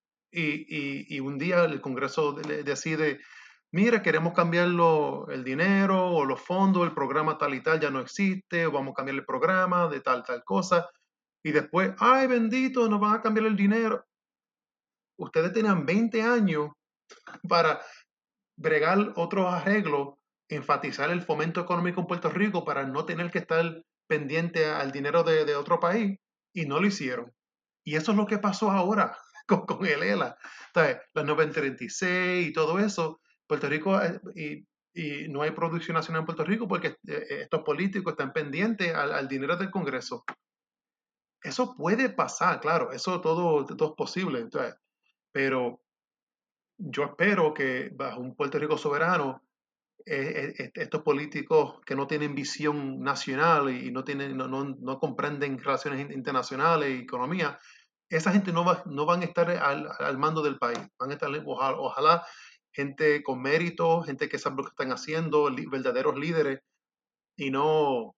y un día el Congreso decide, mira, queremos cambiar el dinero o los fondos, el programa tal y tal ya no existe, o vamos a cambiar el programa de tal cosa, y después, ay bendito, nos van a cambiar el dinero. Ustedes tenían 20 años para bregar otros arreglos, enfatizar el fomento económico en Puerto Rico para no tener que estar pendiente al dinero de otro país, y no lo hicieron. Y eso es lo que pasó ahora con el ELA. ¿Sabes? La 936 y todo eso. Puerto Rico, y no hay producción nacional en Puerto Rico porque estos políticos están pendientes al dinero del Congreso. Eso puede pasar, claro, eso todo es posible. Entonces, pero yo espero que bajo un Puerto Rico soberano, estos políticos que no tienen visión nacional y no comprenden relaciones internacionales y economía, esa gente no van a estar al mando del país. Van a estar, ojalá, gente con mérito, gente que sabe lo que están haciendo, verdaderos líderes, y no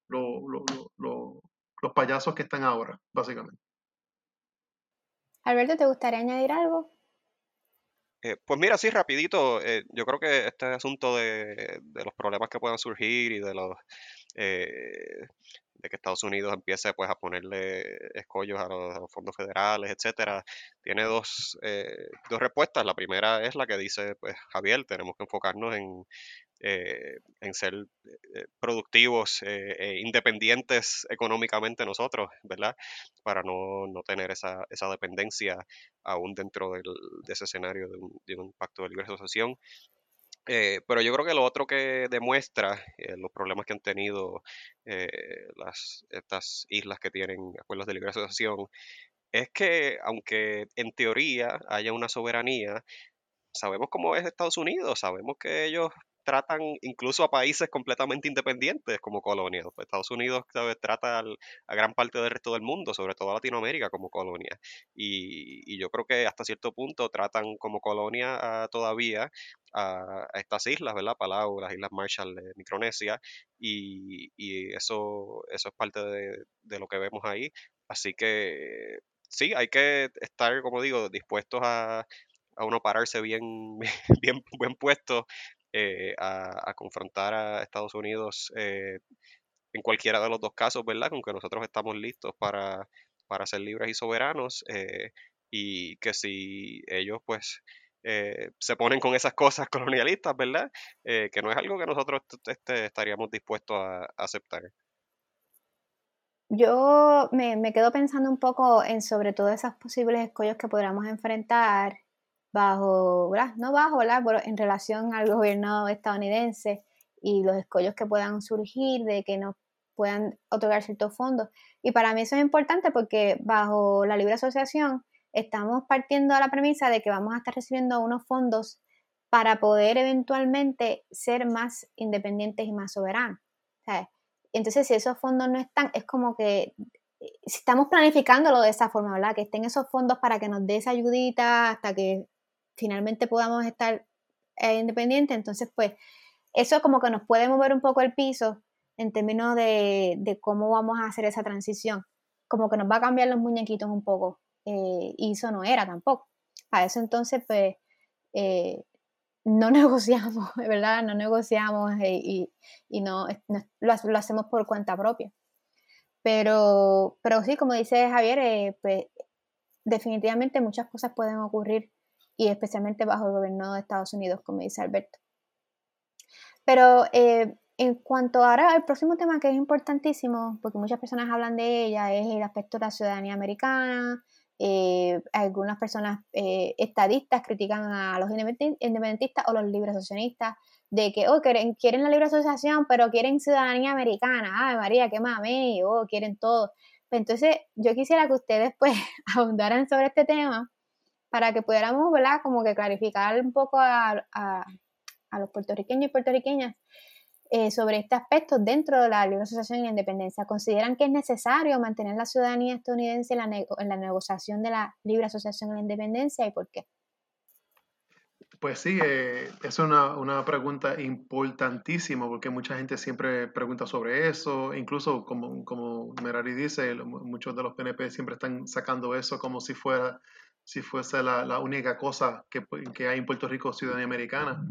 los payasos que están ahora, básicamente. Alberto, ¿te gustaría añadir algo? Pues mira, sí, rapidito, yo creo que este asunto de los problemas que puedan surgir y eh, de que Estados Unidos empiece pues a ponerle escollos a los fondos federales, etcétera, tiene dos respuestas. La primera es la que dice pues Javier, tenemos que enfocarnos en ser productivos e independientes económicamente nosotros, ¿verdad? Para no tener esa dependencia aún dentro de ese escenario de un pacto de libre asociación. Pero yo creo que lo otro que demuestra los problemas que han tenido estas islas que tienen acuerdos de libre asociación es que aunque en teoría haya una soberanía, sabemos cómo es Estados Unidos, sabemos que ellos tratan incluso a países completamente independientes como colonias. Pues Estados Unidos, ¿sabes?, trata a gran parte del resto del mundo, sobre todo a Latinoamérica, como colonia. Y yo creo que hasta cierto punto tratan como colonia todavía a estas islas, ¿verdad? Palau, las Islas Marshall de Micronesia, y eso es parte de lo que vemos ahí. Así que sí, hay que estar, como digo, dispuestos a uno pararse bien, buen puesto a confrontar a Estados Unidos en cualquiera de los dos casos, ¿verdad? Con que nosotros estamos listos para ser libres y soberanos y que si ellos pues se ponen con esas cosas colonialistas, ¿verdad? Que no es algo que nosotros estaríamos dispuestos a aceptar. Yo me quedo pensando un poco en sobre todo esos posibles escollos que podríamos enfrentar bajo, ¿verdad? No bajo, ¿verdad? Pero en relación al gobierno estadounidense y los escollos que puedan surgir de que nos puedan otorgar ciertos fondos. Y para mí eso es importante porque bajo la libre asociación estamos partiendo a la premisa de que vamos a estar recibiendo unos fondos para poder eventualmente ser más independientes y más soberanos. ¿Sabes? Entonces, si esos fondos no están, es como que si estamos planificándolo de esa forma, ¿verdad? Que estén esos fondos para que nos dé esa ayudita hasta que finalmente podamos estar independientes. Entonces, pues, eso como que nos puede mover un poco el piso en términos de cómo vamos a hacer esa transición. Como que nos va a cambiar los muñequitos un poco. Y eso no era tampoco. A eso entonces, pues, no negociamos, ¿verdad? No negociamos y lo hacemos por cuenta propia. Pero sí, como dice Javier, pues definitivamente muchas cosas pueden ocurrir y especialmente bajo el gobierno de Estados Unidos, como dice Alberto. Pero en cuanto ahora al próximo tema que es importantísimo, porque muchas personas hablan de ella, es el aspecto de la ciudadanía americana. Algunas personas estadistas critican a los independentistas o los libre asociacionistas de que quieren la libre asociación, pero quieren ciudadanía americana. Ay, María, qué mame, quieren todo. Pues entonces, yo quisiera que ustedes pues ahondaran sobre este tema para que pudiéramos, ¿verdad? Como que clarificar un poco a los puertorriqueños y puertorriqueñas sobre este aspecto dentro de la libre asociación y la independencia. ¿Consideran que es necesario mantener la ciudadanía estadounidense en la negociación de la libre asociación y la independencia y por qué? Pues sí, es una pregunta importantísima porque mucha gente siempre pregunta sobre eso, incluso como Merari dice, muchos de los PNP siempre están sacando eso como si fuese la única cosa que hay en Puerto Rico, ciudadanía americana.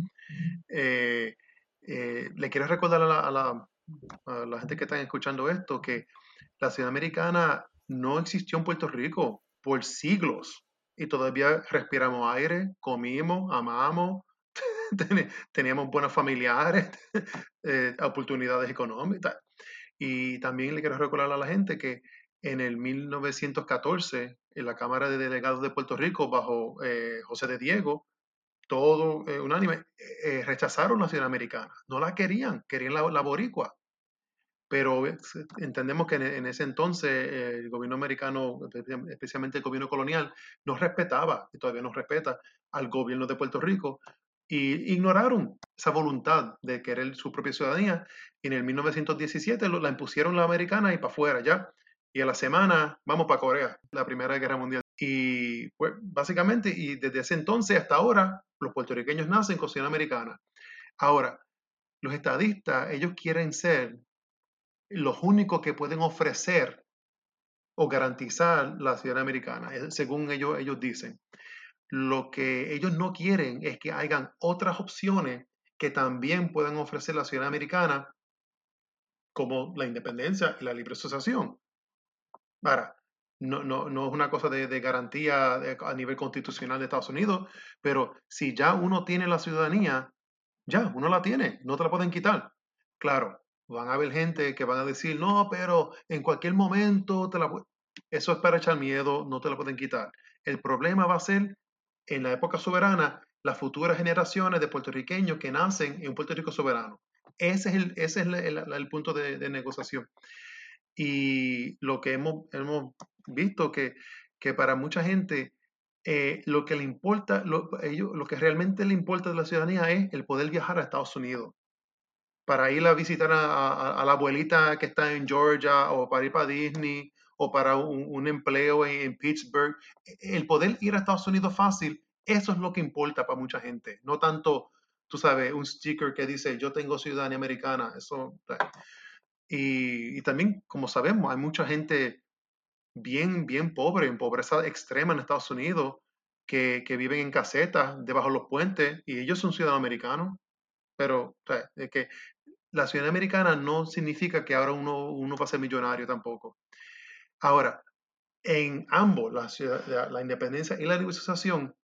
Le quiero recordar a la gente que está escuchando esto que la ciudadanía americana no existió en Puerto Rico por siglos y todavía respiramos aire, comimos, amamos, teníamos buenos familiares, oportunidades económicas. Y también le quiero recordar a la gente que en el 1914, en la Cámara de Delegados de Puerto Rico, bajo José de Diego, todo unánime, rechazaron la ciudadanía americana. No la querían la boricua. Pero entendemos que en ese entonces el gobierno americano, especialmente el gobierno colonial, no respetaba, y todavía no respeta, al gobierno de Puerto Rico, y ignoraron esa voluntad de querer su propia ciudadanía. Y en el 1917 la impusieron la americana y para afuera ya. Y a la semana vamos para Corea, la Primera Guerra Mundial. Y pues básicamente, y desde ese entonces hasta ahora, los puertorriqueños nacen con ciudadanía americana. Ahora, los estadistas, ellos quieren ser los únicos que pueden ofrecer o garantizar la ciudadanía americana, según ellos dicen. Lo que ellos no quieren es que hayan otras opciones que también puedan ofrecer la ciudadanía americana, como la independencia y la libre asociación. Ahora, no es una cosa de garantía a nivel constitucional de Estados Unidos, pero si ya uno tiene la ciudadanía, ya, uno la tiene, no te la pueden quitar. Claro, van a haber gente que van a decir, no, pero en cualquier momento eso es para echar miedo, no te la pueden quitar. El problema va a ser en la época soberana, las futuras generaciones de puertorriqueños que nacen en un Puerto Rico soberano. Ese es el punto de negociación. Y lo que hemos visto que para mucha gente lo que le importa, lo que realmente le importa de la ciudadanía es el poder viajar a Estados Unidos para ir a visitar a la abuelita que está en Georgia o para ir para Disney o para un empleo en Pittsburgh. El poder ir a Estados Unidos fácil, eso es lo que importa para mucha gente. No tanto, tú sabes, un sticker que dice yo tengo ciudadanía americana. Eso. Y también, como sabemos, hay mucha gente bien pobre, en pobreza extrema en Estados Unidos, que viven en casetas debajo de los puentes y ellos son ciudadanos americanos. Pero o sea, es que la ciudadanía americana no significa que ahora uno va a ser millonario tampoco. Ahora, en ambos, la independencia y la libre asociación,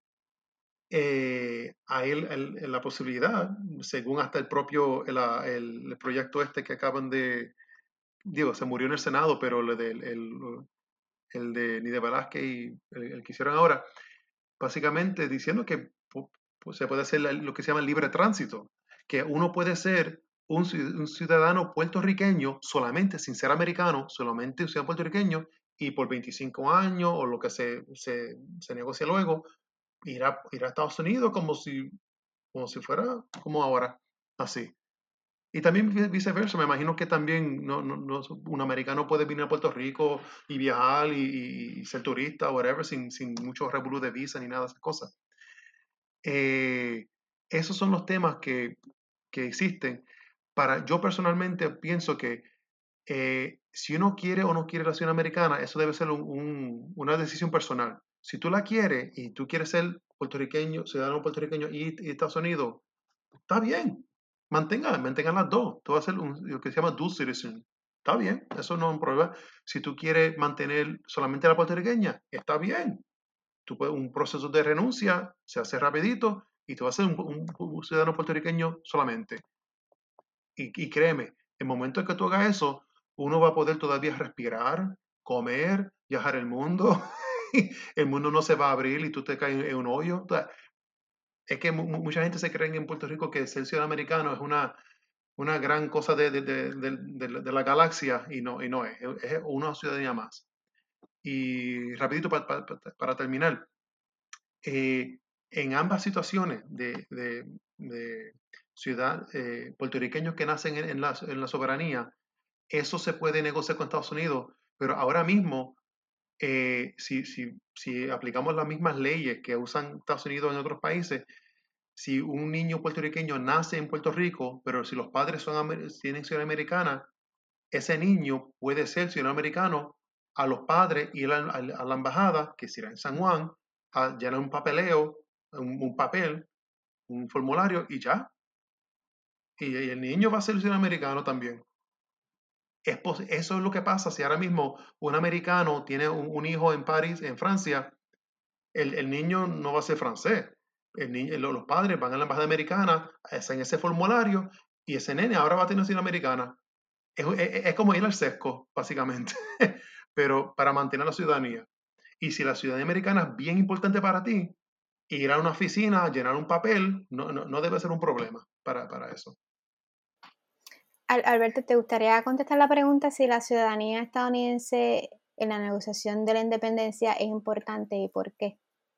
hay la posibilidad, según hasta el propio el proyecto este que acaban de, digo, se murió en el Senado, pero el de Nide Velázquez y el que hicieron ahora, básicamente diciendo que pues, se puede hacer lo que se llama libre tránsito, que uno puede ser un ciudadano puertorriqueño solamente sin ser americano, solamente un ciudadano puertorriqueño, y por 25 años o lo que se negocia luego, ir a Estados Unidos como si fuera como ahora, así. Y también viceversa, me imagino que también un americano puede venir a Puerto Rico y viajar y ser turista o whatever sin mucho revolú de visa ni nada de esas cosas. Esos son los temas que que existen. Yo personalmente pienso que si uno quiere o no quiere la ciudadanía americana, eso debe ser una decisión personal. Si tú la quieres y tú quieres ser puertorriqueño, ciudadano puertorriqueño y Estados Unidos, está bien. Mantengan las dos. Tú vas a ser lo que se llama dual citizen. Está bien, eso no es un problema. Si tú quieres mantener solamente la puertorriqueña, está bien. Un proceso de renuncia se hace rapidito y tú vas a ser un ciudadano puertorriqueño solamente. Y créeme, el momento en que tú hagas eso, uno va a poder todavía respirar, comer, viajar el mundo. El mundo no se va a abrir y tú te caes en un hoyo. O sea, es que mucha gente se cree en Puerto Rico que ser ciudadano americano es una gran cosa de la galaxia y no es una ciudadanía más. Y rapidito para terminar, en ambas situaciones de ciudad, puertorriqueños que nacen en la soberanía, eso se puede negociar con Estados Unidos, pero ahora mismo, si aplicamos las mismas leyes que usan Estados Unidos en otros países, si un niño puertorriqueño nace en Puerto Rico, pero si los padres tienen ciudadanía americana, ese niño puede ser ciudadano americano a los padres ir a la embajada, que será en San Juan, a llenar un papeleo, un papel, un formulario y ya. Y el niño va a ser ciudadano americano también. Eso es lo que pasa si ahora mismo un americano tiene un hijo en París, en Francia, el niño no va a ser francés. Los padres van a la embajada americana, hacen ese formulario y ese nene ahora va a tener ciudadanía americana. Es como ir al sesco, básicamente, pero para mantener la ciudadanía. Y si la ciudadanía americana es bien importante para ti, ir a una oficina, llenar un papel, no debe ser un problema para eso. Alberto, ¿te gustaría contestar la pregunta si la ciudadanía estadounidense en la negociación de la independencia es importante y por qué?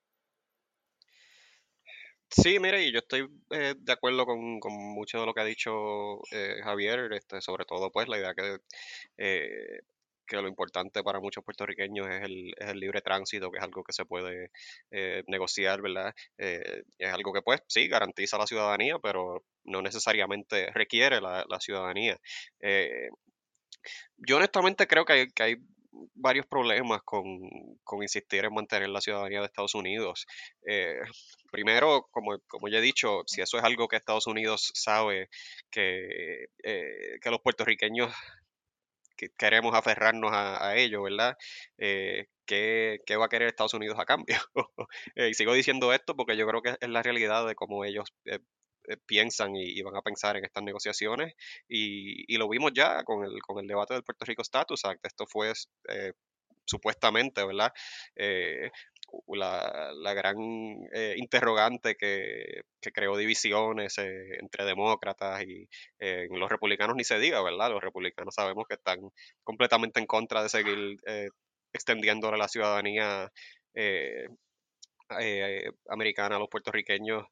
Sí, mire, y yo estoy de acuerdo con mucho de lo que ha dicho Javier, sobre todo pues la idea eh, que lo importante para muchos puertorriqueños es el libre tránsito, que es algo que se puede negociar, ¿verdad? Es algo que pues sí garantiza la ciudadanía, pero no necesariamente requiere la ciudadanía. Eh, yo honestamente creo que hay varios problemas con insistir en mantener la ciudadanía de Estados Unidos. Eh, Primero, como ya he dicho, si eso es algo que Estados Unidos sabe que los puertorriqueños que queremos aferrarnos a ello, ¿verdad? ¿Qué va a querer Estados Unidos a cambio? Y sigo diciendo esto porque yo creo que es la realidad de cómo ellos piensan y van a pensar en estas negociaciones y lo vimos ya con el debate del Puerto Rico Status Act. Esto fue supuestamente, ¿verdad? Eh, la gran interrogante que creó divisiones entre demócratas y los republicanos ni se diga, ¿verdad? Los republicanos sabemos que están completamente en contra de seguir extendiéndole la ciudadanía eh, americana a los puertorriqueños,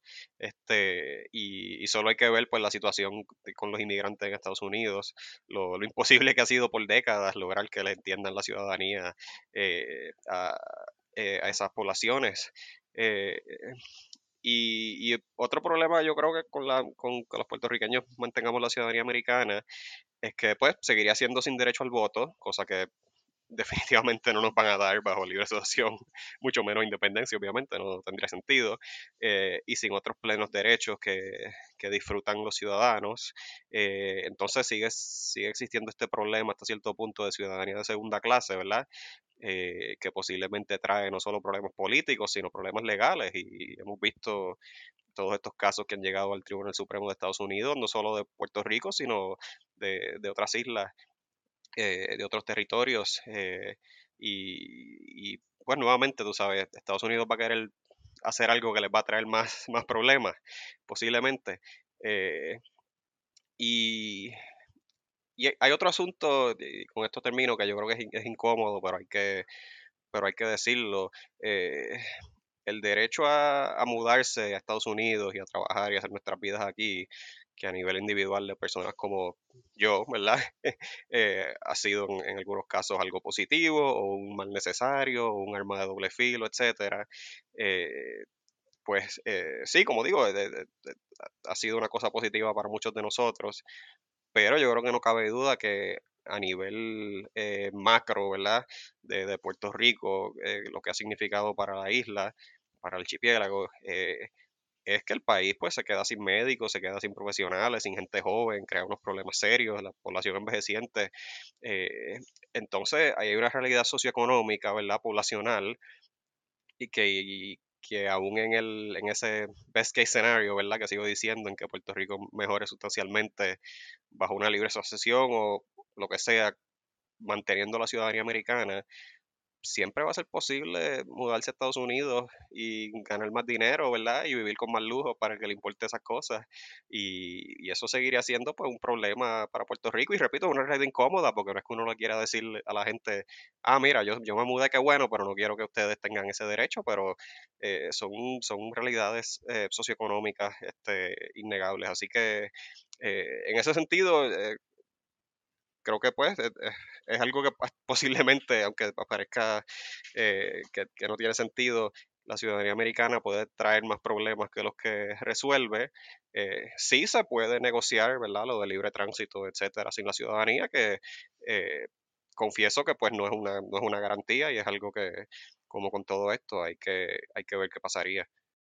y solo hay que ver pues la situación con los inmigrantes en Estados Unidos, lo imposible que ha sido por décadas lograr que les entiendan la ciudadanía eh, a, a esas poblaciones. Eh, y otro problema yo creo que con que los puertorriqueños mantengamos la ciudadanía americana es que pues seguiría siendo sin derecho al voto, cosa que definitivamente no nos van a dar bajo libre asociación, mucho menos independencia, obviamente, no tendría sentido, y sin otros plenos derechos que disfrutan los ciudadanos. Entonces sigue existiendo este problema hasta cierto punto de ciudadanía de segunda clase, ¿verdad? Que posiblemente trae no solo problemas políticos, sino problemas legales, y hemos visto todos estos casos que han llegado al Tribunal Supremo de Estados Unidos, no solo de Puerto Rico, sino de otras islas, de otros territorios. Pues nuevamente, tú sabes, Estados Unidos va a querer hacer algo que les va a traer más problemas, posiblemente. Eh, y, y hay otro asunto, y con esto termino, que yo creo que es incómodo, pero hay que decirlo. El derecho a mudarse a Estados Unidos y a trabajar y hacer nuestras vidas aquí, que a nivel individual de personas como yo, ¿verdad? Ha sido en algunos casos algo positivo o un mal necesario o un arma de doble filo, etcétera. Eh, pues sí, como digo, ha sido una cosa positiva para muchos de nosotros, pero yo creo que no cabe duda que a nivel macro, ¿verdad? De Puerto Rico, lo que ha significado para la isla, para el archipiélago, es que el país pues se queda sin médicos, se queda sin profesionales, sin gente joven, crea unos problemas serios, la población envejeciente. eh, entonces, ahí hay una realidad socioeconómica, ¿verdad? Poblacional y que aún en ese best case scenario, ¿verdad? Que sigo diciendo, en que Puerto Rico mejore sustancialmente bajo una libre asociación o lo que sea, manteniendo la ciudadanía americana, siempre va a ser posible mudarse a Estados Unidos y ganar más dinero, ¿verdad? Y vivir con más lujo para el que le importe esas cosas. Y eso seguiría siendo pues un problema para Puerto Rico. Y repito, una realidad incómoda, porque no es que uno le quiera decir a la gente, ah, mira, yo me mudé, qué bueno, pero no quiero que ustedes tengan ese derecho, pero son realidades socioeconómicas innegables. Así que en ese sentido, creo que pues es algo que posiblemente, aunque parezca que no tiene sentido, la ciudadanía americana puede traer más problemas que los que resuelve. Sí se puede negociar, ¿verdad? Lo de libre tránsito, etcétera, sin la ciudadanía, que eh, confieso que pues no es una garantía y es algo que, como con todo esto, hay que ver qué pasaría.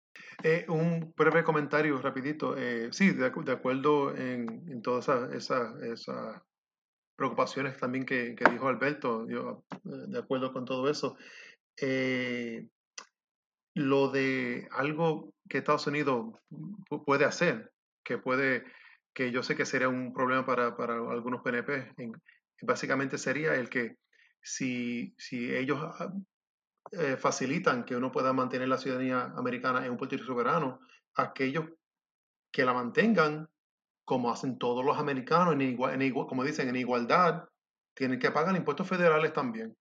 Un breve comentario rapidito. Sí, de acuerdo en todas esas preocupaciones también que dijo Alberto. Yo de acuerdo con todo eso. Eh, lo de algo que Estados Unidos puede hacer, que yo sé que sería un problema para algunos PNP, básicamente sería el que si ellos facilitan que uno pueda mantener la ciudadanía americana en un Puerto Rico soberano, aquellos que la mantengan, como hacen todos los americanos, como dicen, en igualdad, tienen que pagar impuestos federales también.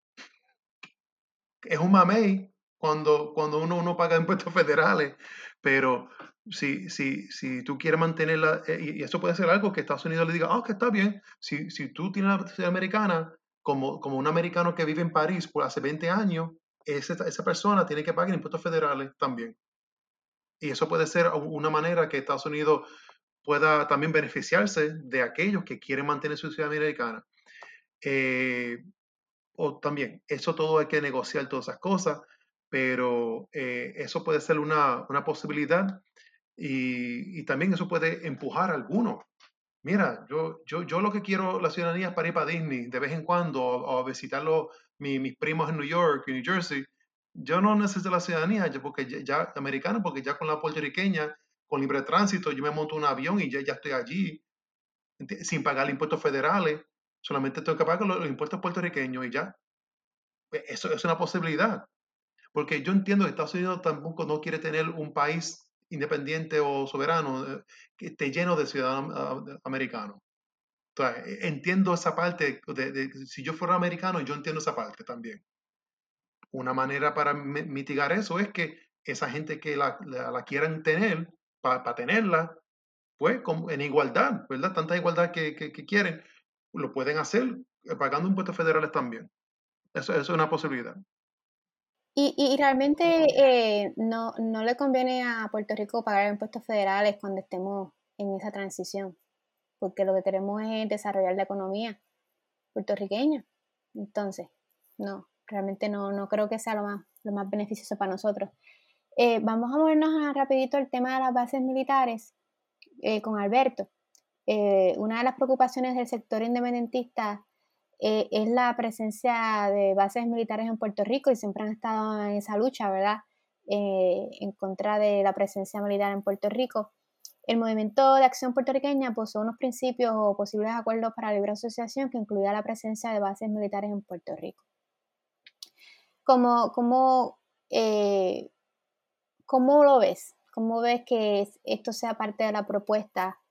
Es un mamey cuando uno paga impuestos federales, pero si tú quieres mantenerla, y eso puede ser algo que Estados Unidos le diga, ah, que está bien, si tú tienes la ciudadanía americana, como un americano que vive en París por hace 20 años, esa persona tiene que pagar impuestos federales también. Y eso puede ser una manera que Estados Unidos pueda también beneficiarse de aquellos que quieren mantener su ciudadanía americana. Eh, o también, eso todo hay que negociar todas esas cosas, pero eso puede ser una posibilidad y también eso puede empujar a algunos. Mira, yo lo que quiero la ciudadanía es para ir para Disney de vez en cuando o a visitar mis primos en New York y New Jersey. Yo no necesito la ciudadanía porque ya americana, porque ya con la puertorriqueña, con libre tránsito, yo me monto un avión y ya estoy allí sin pagar impuestos federales. Solamente tengo que pagar los impuestos puertorriqueños y ya. Eso es una posibilidad. Porque yo entiendo que Estados Unidos tampoco no quiere tener un país independiente o soberano que esté lleno de ciudadanos americanos. O sea, entiendo esa parte, si yo fuera americano, yo entiendo esa parte también. Una manera para mitigar eso es que esa gente que la quieran tener, para tenerla, pues en igualdad, ¿verdad? Tanta igualdad que quieren, lo pueden hacer pagando impuestos federales también. Eso es una posibilidad. Y realmente no le conviene a Puerto Rico pagar impuestos federales cuando estemos en esa transición, porque lo que queremos es desarrollar la economía puertorriqueña. Entonces, no, realmente no creo que sea lo más beneficioso para nosotros. Vamos a movernos rapidito al tema de las bases militares con Alberto. Una de las preocupaciones del sector independentista es la presencia de bases militares en Puerto Rico y siempre han estado en esa lucha, ¿verdad? En contra de la presencia militar en Puerto Rico. El Movimiento de Acción Puertorriqueña posee unos principios o posibles acuerdos para la libre asociación que incluía la presencia de bases militares en Puerto Rico. Eh, ¿Cómo lo ves? ¿Cómo ves que esto sea parte de la propuesta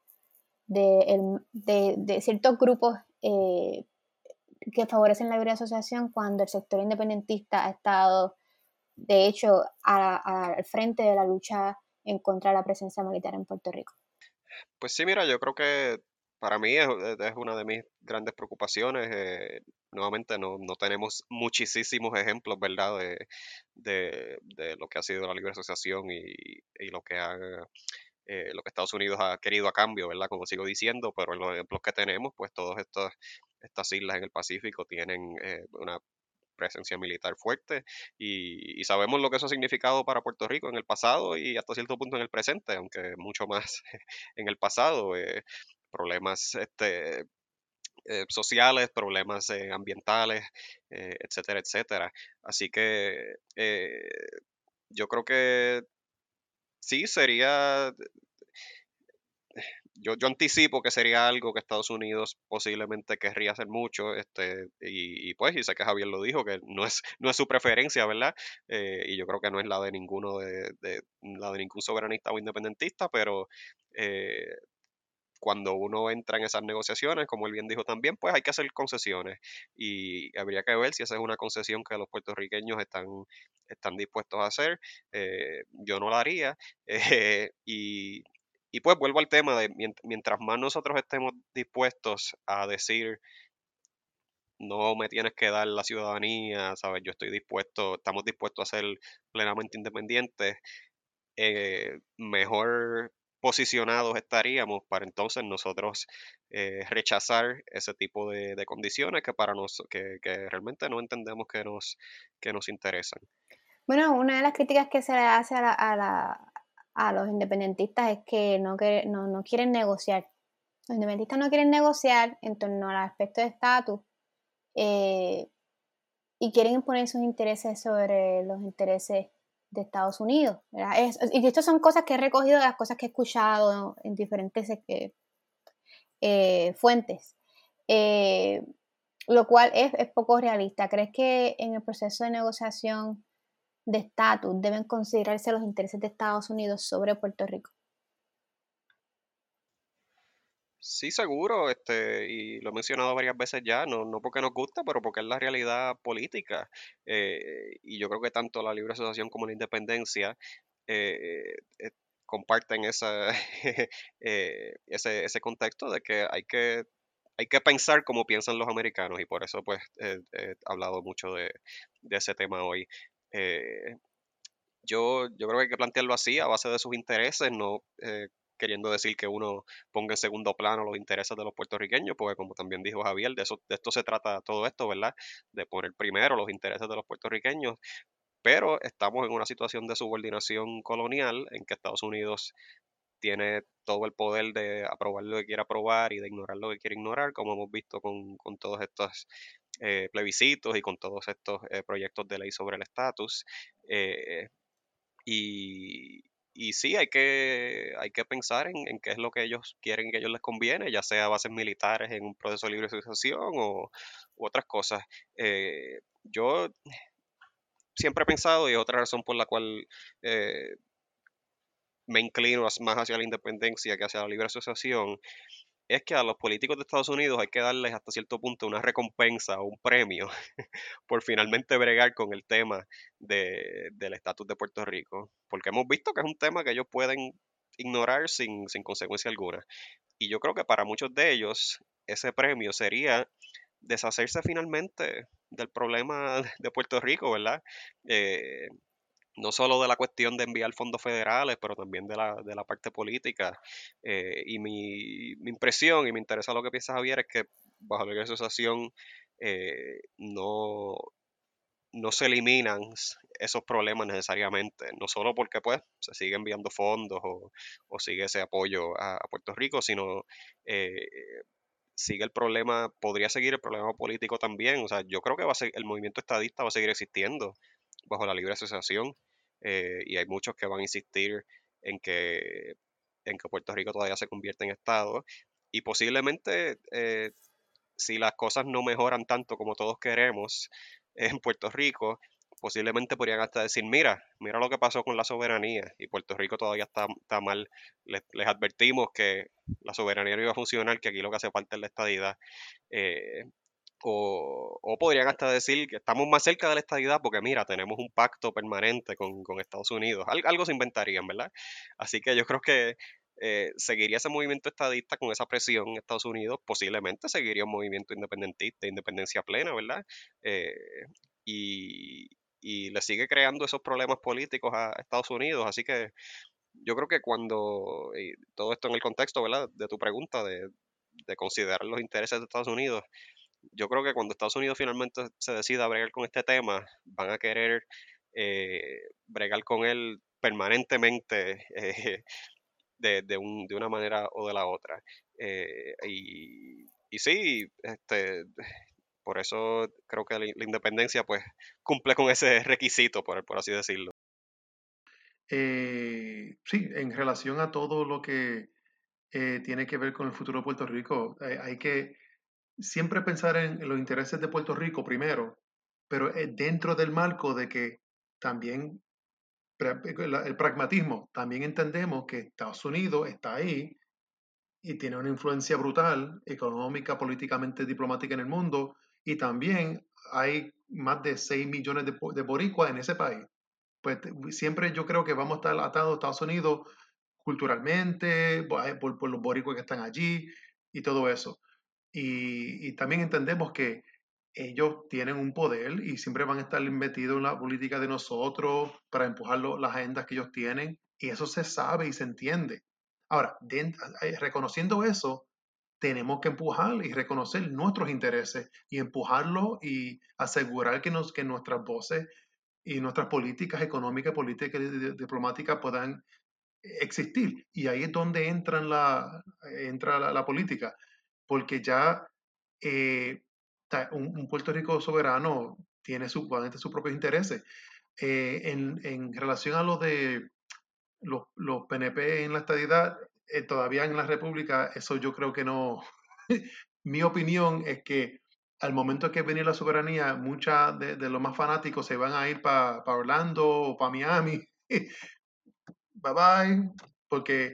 de ciertos grupos que favorecen la libre asociación cuando el sector independentista ha estado, de hecho, al frente de la lucha en contra de la presencia militar en Puerto Rico? Pues sí, mira, yo creo que para mí es una de mis grandes preocupaciones. Nuevamente no tenemos muchísimos ejemplos, ¿verdad?, de lo que ha sido la libre asociación y lo que Estados Unidos ha querido a cambio, ¿verdad? Como sigo diciendo, pero en los ejemplos que tenemos, pues estas islas en el Pacífico tienen una presencia militar fuerte y sabemos lo que eso ha significado para Puerto Rico en el pasado y hasta cierto punto en el presente, aunque mucho más en el pasado. Problemas sociales, problemas ambientales, etcétera, etcétera. Así que yo creo que sí sería, yo anticipo que sería algo que Estados Unidos posiblemente querría hacer mucho, y pues, y sé que Javier lo dijo, que no es su preferencia, ¿verdad? Y yo creo que no es la de ninguno la de ningún soberanista o independentista, pero eh, cuando uno entra en esas negociaciones, como él bien dijo también, pues hay que hacer concesiones y habría que ver si esa es una concesión que los puertorriqueños están dispuestos a hacer. Yo no la haría. Y pues vuelvo al tema de mientras más nosotros estemos dispuestos a decir, no me tienes que dar la ciudadanía, ¿sabes? Estamos dispuestos a ser plenamente independientes, mejor posicionados estaríamos para entonces nosotros rechazar ese tipo de condiciones que que realmente no entendemos que nos interesan. Bueno, una de las críticas que se le hace a los independentistas es que no quieren negociar. Los independentistas no quieren negociar en torno al aspecto de estatus, eh, y quieren imponer sus intereses sobre los intereses de Estados Unidos, ¿verdad? Y estas son cosas que he recogido de las cosas que he escuchado en diferentes fuentes, eh, lo cual es poco realista. ¿Crees que en el proceso de negociación de estatus deben considerarse los intereses de Estados Unidos sobre Puerto Rico? Sí, seguro, y lo he mencionado varias veces ya, no porque nos guste, pero porque es la realidad política. Y yo creo que tanto la libre asociación como la independencia eh, eh, comparten ese contexto de que hay que pensar como piensan los americanos, y por eso pues he hablado mucho de ese tema hoy. Eh, yo creo que hay que plantearlo así, a base de sus intereses, no queriendo decir que uno ponga en segundo plano los intereses de los puertorriqueños, porque como también dijo Javier, de esto se trata todo esto, ¿verdad? De poner primero los intereses de los puertorriqueños, pero estamos en una situación de subordinación colonial en que Estados Unidos tiene todo el poder de aprobar lo que quiera aprobar y de ignorar lo que quiere ignorar, como hemos visto con todos estos plebiscitos y con todos estos proyectos de ley sobre el estatus. Eh, y, y sí, hay que pensar en qué es lo que ellos quieren, que a ellos les conviene, ya sea bases militares en un proceso de libre asociación u otras cosas. Yo siempre he pensado, y es otra razón por la cual eh, me inclino más hacia la independencia que hacia la libre asociación, es que a los políticos de Estados Unidos hay que darles hasta cierto punto una recompensa o un premio por finalmente bregar con el tema del estatus de Puerto Rico, porque hemos visto que es un tema que ellos pueden ignorar sin consecuencia alguna. Y yo creo que para muchos de ellos ese premio sería deshacerse finalmente del problema de Puerto Rico, ¿verdad? Eh, no solo de la cuestión de enviar fondos federales, pero también de la parte política. Y mi impresión, y me interesa lo que piensa Javier, es que bajo la asociación no se eliminan esos problemas necesariamente, no solo porque pues se sigue enviando fondos o sigue ese apoyo a Puerto Rico, sino eh, sigue el problema, podría seguir el problema político también. O sea, yo creo que el movimiento estadista va a seguir existiendo bajo la libre asociación, y hay muchos que van a insistir en que Puerto Rico todavía se convierta en Estado y posiblemente si las cosas no mejoran tanto como todos queremos en Puerto Rico, posiblemente podrían hasta decir, mira lo que pasó con la soberanía y Puerto Rico todavía está mal. Les advertimos que la soberanía no iba a funcionar, que aquí lo que hace falta es la estadidad. Eh, o podrían hasta decir que estamos más cerca de la estadidad porque mira, tenemos un pacto permanente con Estados Unidos. Algo se inventarían, ¿verdad? Así que yo creo que ¿seguiría ese movimiento estadista con esa presión en Estados Unidos? Posiblemente seguiría un movimiento independentista, de independencia plena, ¿verdad? Eh, y, y le sigue creando esos problemas políticos a Estados Unidos, así que yo creo que cuando, y todo esto en el contexto, ¿verdad?, de tu pregunta de considerar los intereses de Estados Unidos, yo creo que cuando Estados Unidos finalmente se decida a bregar con este tema, van a querer bregar con él permanentemente, de una manera o de la otra. Y sí, por eso creo que la independencia pues cumple con ese requisito, por así decirlo. Sí, en relación a todo lo que tiene que ver con el futuro de Puerto Rico, hay que siempre pensar en los intereses de Puerto Rico primero, pero dentro del marco de que también el pragmatismo, también entendemos que Estados Unidos está ahí y tiene una influencia brutal, económica, políticamente, diplomática en el mundo, y también hay más de 6 millones de boricuas en ese país. Pues siempre yo creo que vamos a estar atados a Estados Unidos culturalmente, por los boricuas que están allí y todo eso. Y también entendemos que ellos tienen un poder y siempre van a estar metidos en la política de nosotros para empujar las agendas que ellos tienen. Y eso se sabe y se entiende. Ahora, reconociendo eso, tenemos que empujar y reconocer nuestros intereses y empujarlos y asegurar que nuestras voces y nuestras políticas económicas, políticas y diplomáticas puedan existir. Y ahí es donde entra la política, porque ya eh, un Puerto Rico soberano tiene obviamente sus propios intereses. En relación a lo de los PNP en la estadidad, todavía en la República, eso yo creo que no. Mi opinión es que al momento que viene la soberanía, muchos de los más fanáticos se van a ir para Orlando o para Miami. Bye bye, porque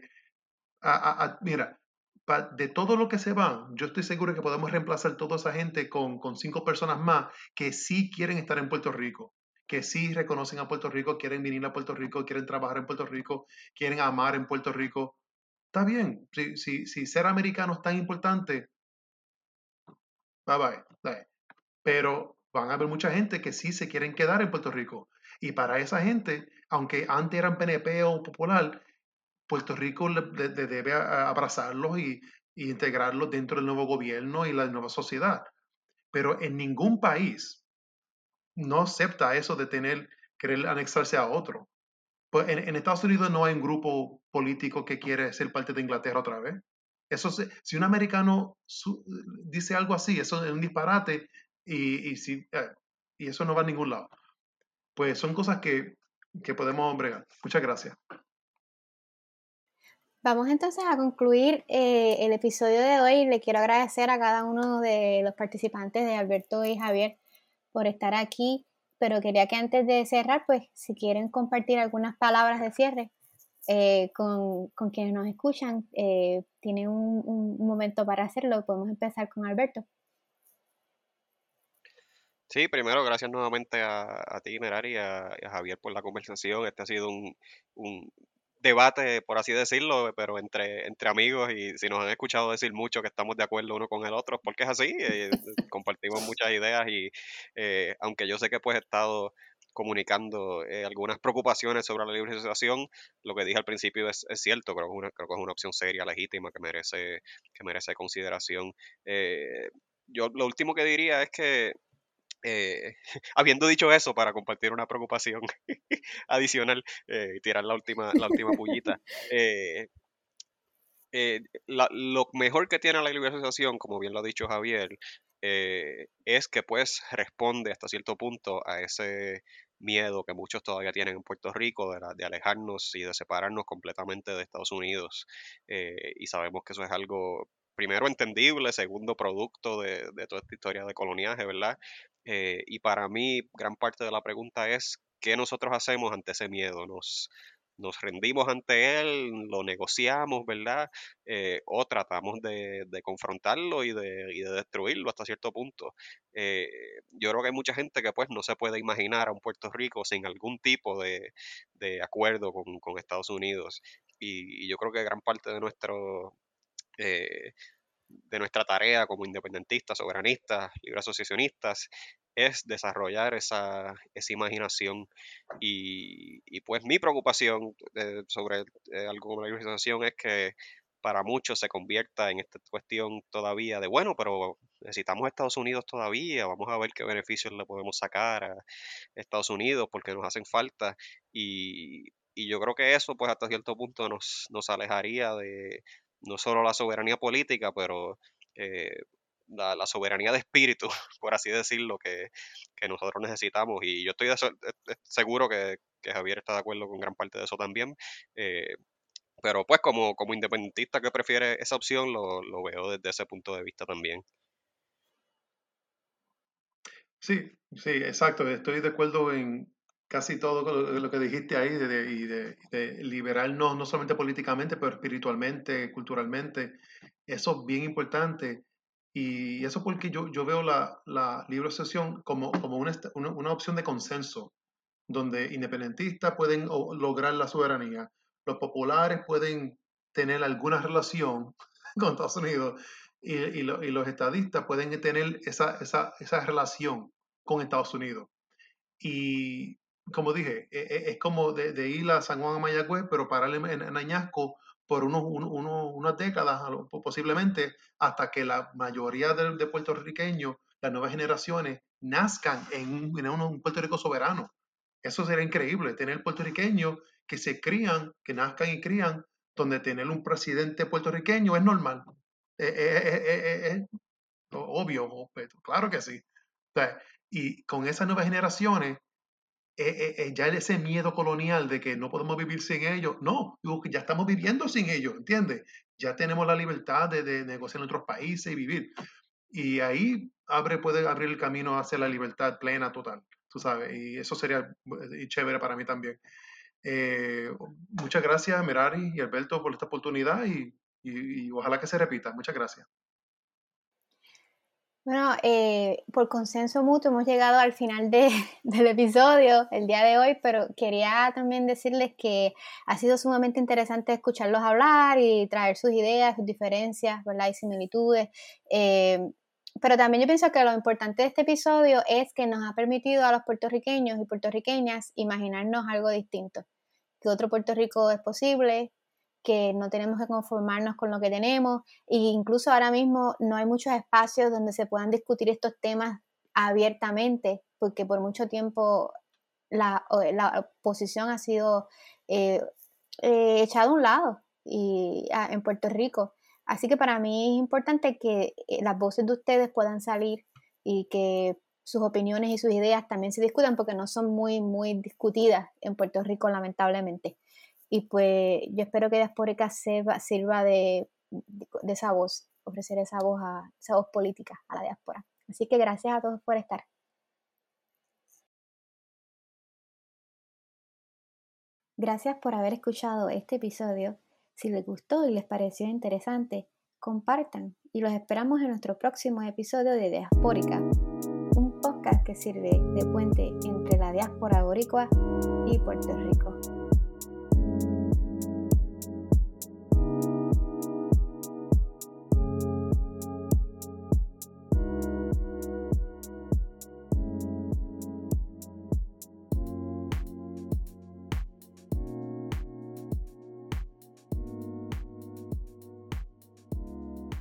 mira, de todo lo que se van, yo estoy seguro que podemos reemplazar toda esa gente con 5 personas más que sí quieren estar en Puerto Rico, que sí reconocen a Puerto Rico, quieren venir a Puerto Rico, quieren trabajar en Puerto Rico, quieren amar en Puerto Rico. Está bien, si ser americano es tan importante, bye bye. Bye. Pero van a haber mucha gente que sí se quieren quedar en Puerto Rico. Y para esa gente, aunque antes eran PNP o popular, Puerto Rico le debe abrazarlos y integrarlos dentro del nuevo gobierno y la nueva sociedad. Pero en ningún país no acepta eso de querer anexarse a otro. Pues en Estados Unidos no hay un grupo político que quiere ser parte de Inglaterra otra vez. Si un americano dice algo así, eso es un disparate y eso no va a ningún lado. Pues son cosas que podemos bregar. Muchas gracias. Vamos entonces a concluir el episodio de hoy. Le quiero agradecer a cada uno de los participantes, de Alberto y Javier, por estar aquí, pero quería que antes de cerrar, pues si quieren compartir algunas palabras de cierre con quienes nos escuchan, tienen un momento para hacerlo. Podemos empezar con Alberto. Sí, primero, gracias nuevamente a ti, Merari, y a Javier por la conversación. Este ha sido un debate, por así decirlo, pero entre amigos, y si nos han escuchado decir mucho que estamos de acuerdo uno con el otro, porque es así, compartimos muchas ideas y aunque yo sé que pues he estado comunicando algunas preocupaciones sobre la libre asociación, lo que dije al principio es cierto, creo que es una opción seria, legítima, que merece consideración. Yo lo último que diría es que habiendo dicho eso, para compartir una preocupación adicional y tirar la última pullita, eh, lo mejor que tiene la libre asociación, como bien lo ha dicho Javier, es que pues responde hasta cierto punto a ese miedo que muchos todavía tienen en Puerto Rico de alejarnos y de separarnos completamente de Estados Unidos. Y sabemos que eso es algo, primero, entendible, segundo, producto de toda esta historia de coloniaje, ¿verdad? Y para mí, gran parte de la pregunta es, ¿qué nosotros hacemos ante ese miedo? ¿Nos rendimos ante él, lo negociamos, ¿verdad? O tratamos de confrontarlo y de destruirlo hasta cierto punto. Eh, yo creo que hay mucha gente que pues no se puede imaginar a un Puerto Rico sin algún tipo de acuerdo con Estados Unidos. y yo creo que gran parte de nuestra tarea como independentistas, soberanistas, libre asociacionistas, es desarrollar esa imaginación. Y pues mi preocupación sobre algo como la libre asociación es que para muchos se convierta en esta cuestión todavía de, bueno, pero necesitamos Estados Unidos todavía, vamos a ver qué beneficios le podemos sacar a Estados Unidos porque nos hacen falta. Y yo creo que eso pues hasta cierto punto nos alejaría de no solo la soberanía política, pero eh, la soberanía de espíritu, por así decirlo, que nosotros necesitamos. Y yo estoy seguro que Javier está de acuerdo con gran parte de eso también. eh, pero pues como independentista que prefiere esa opción, lo veo desde ese punto de vista también. Sí, sí, exacto. Estoy de acuerdo en casi todo lo que dijiste ahí de liberarnos no solamente políticamente, pero espiritualmente, culturalmente. Eso es bien importante. Y eso porque yo veo la libre asociación como una opción de consenso, donde independentistas pueden lograr la soberanía, los populares pueden tener alguna relación con Estados Unidos y los estadistas pueden tener esa relación con Estados Unidos. Y como dije, es como de ir a San Juan a Mayagüez, pero parar en Añasco por unas décadas, posiblemente, hasta que la mayoría de puertorriqueños, las nuevas generaciones, nazcan en un Puerto Rico soberano. Eso sería increíble, tener puertorriqueños que se crían, que nazcan y crían, donde tener un presidente puertorriqueño es normal. Es obvio, claro que sí. O sea, y con esas nuevas generaciones, ya ese miedo colonial de que no podemos vivir sin ellos, no, digo que ya estamos viviendo sin ellos, ¿entiendes? Ya tenemos la libertad de negociar en otros países y vivir. Y ahí puede abrir el camino hacia la libertad plena, total, tú sabes, y eso sería chévere para mí también. Eh, Muchas gracias, Merari y Alberto, por esta oportunidad y ojalá que se repita. Muchas gracias. Bueno, por consenso mutuo hemos llegado al final del episodio el día de hoy, pero quería también decirles que ha sido sumamente interesante escucharlos hablar y traer sus ideas, sus diferencias, ¿verdad? Y similitudes. Pero también yo pienso que lo importante de este episodio es que nos ha permitido a los puertorriqueños y puertorriqueñas imaginarnos algo distinto, que otro Puerto Rico es posible, que no tenemos que conformarnos con lo que tenemos, e incluso ahora mismo no hay muchos espacios donde se puedan discutir estos temas abiertamente, porque por mucho tiempo la oposición ha sido echada a un lado en Puerto Rico. Así que para mí es importante que las voces de ustedes puedan salir y que sus opiniones y sus ideas también se discutan, porque no son muy, muy discutidas en Puerto Rico, lamentablemente. Y pues yo espero que Diaspórica sirva de esa voz, ofrecer esa voz política a la diáspora. Así que gracias a todos por estar. Gracias por haber escuchado este episodio. Si les gustó y les pareció interesante, compartan y los esperamos en nuestro próximo episodio de Diaspórica, un podcast que sirve de puente entre la diáspora boricua y Puerto Rico.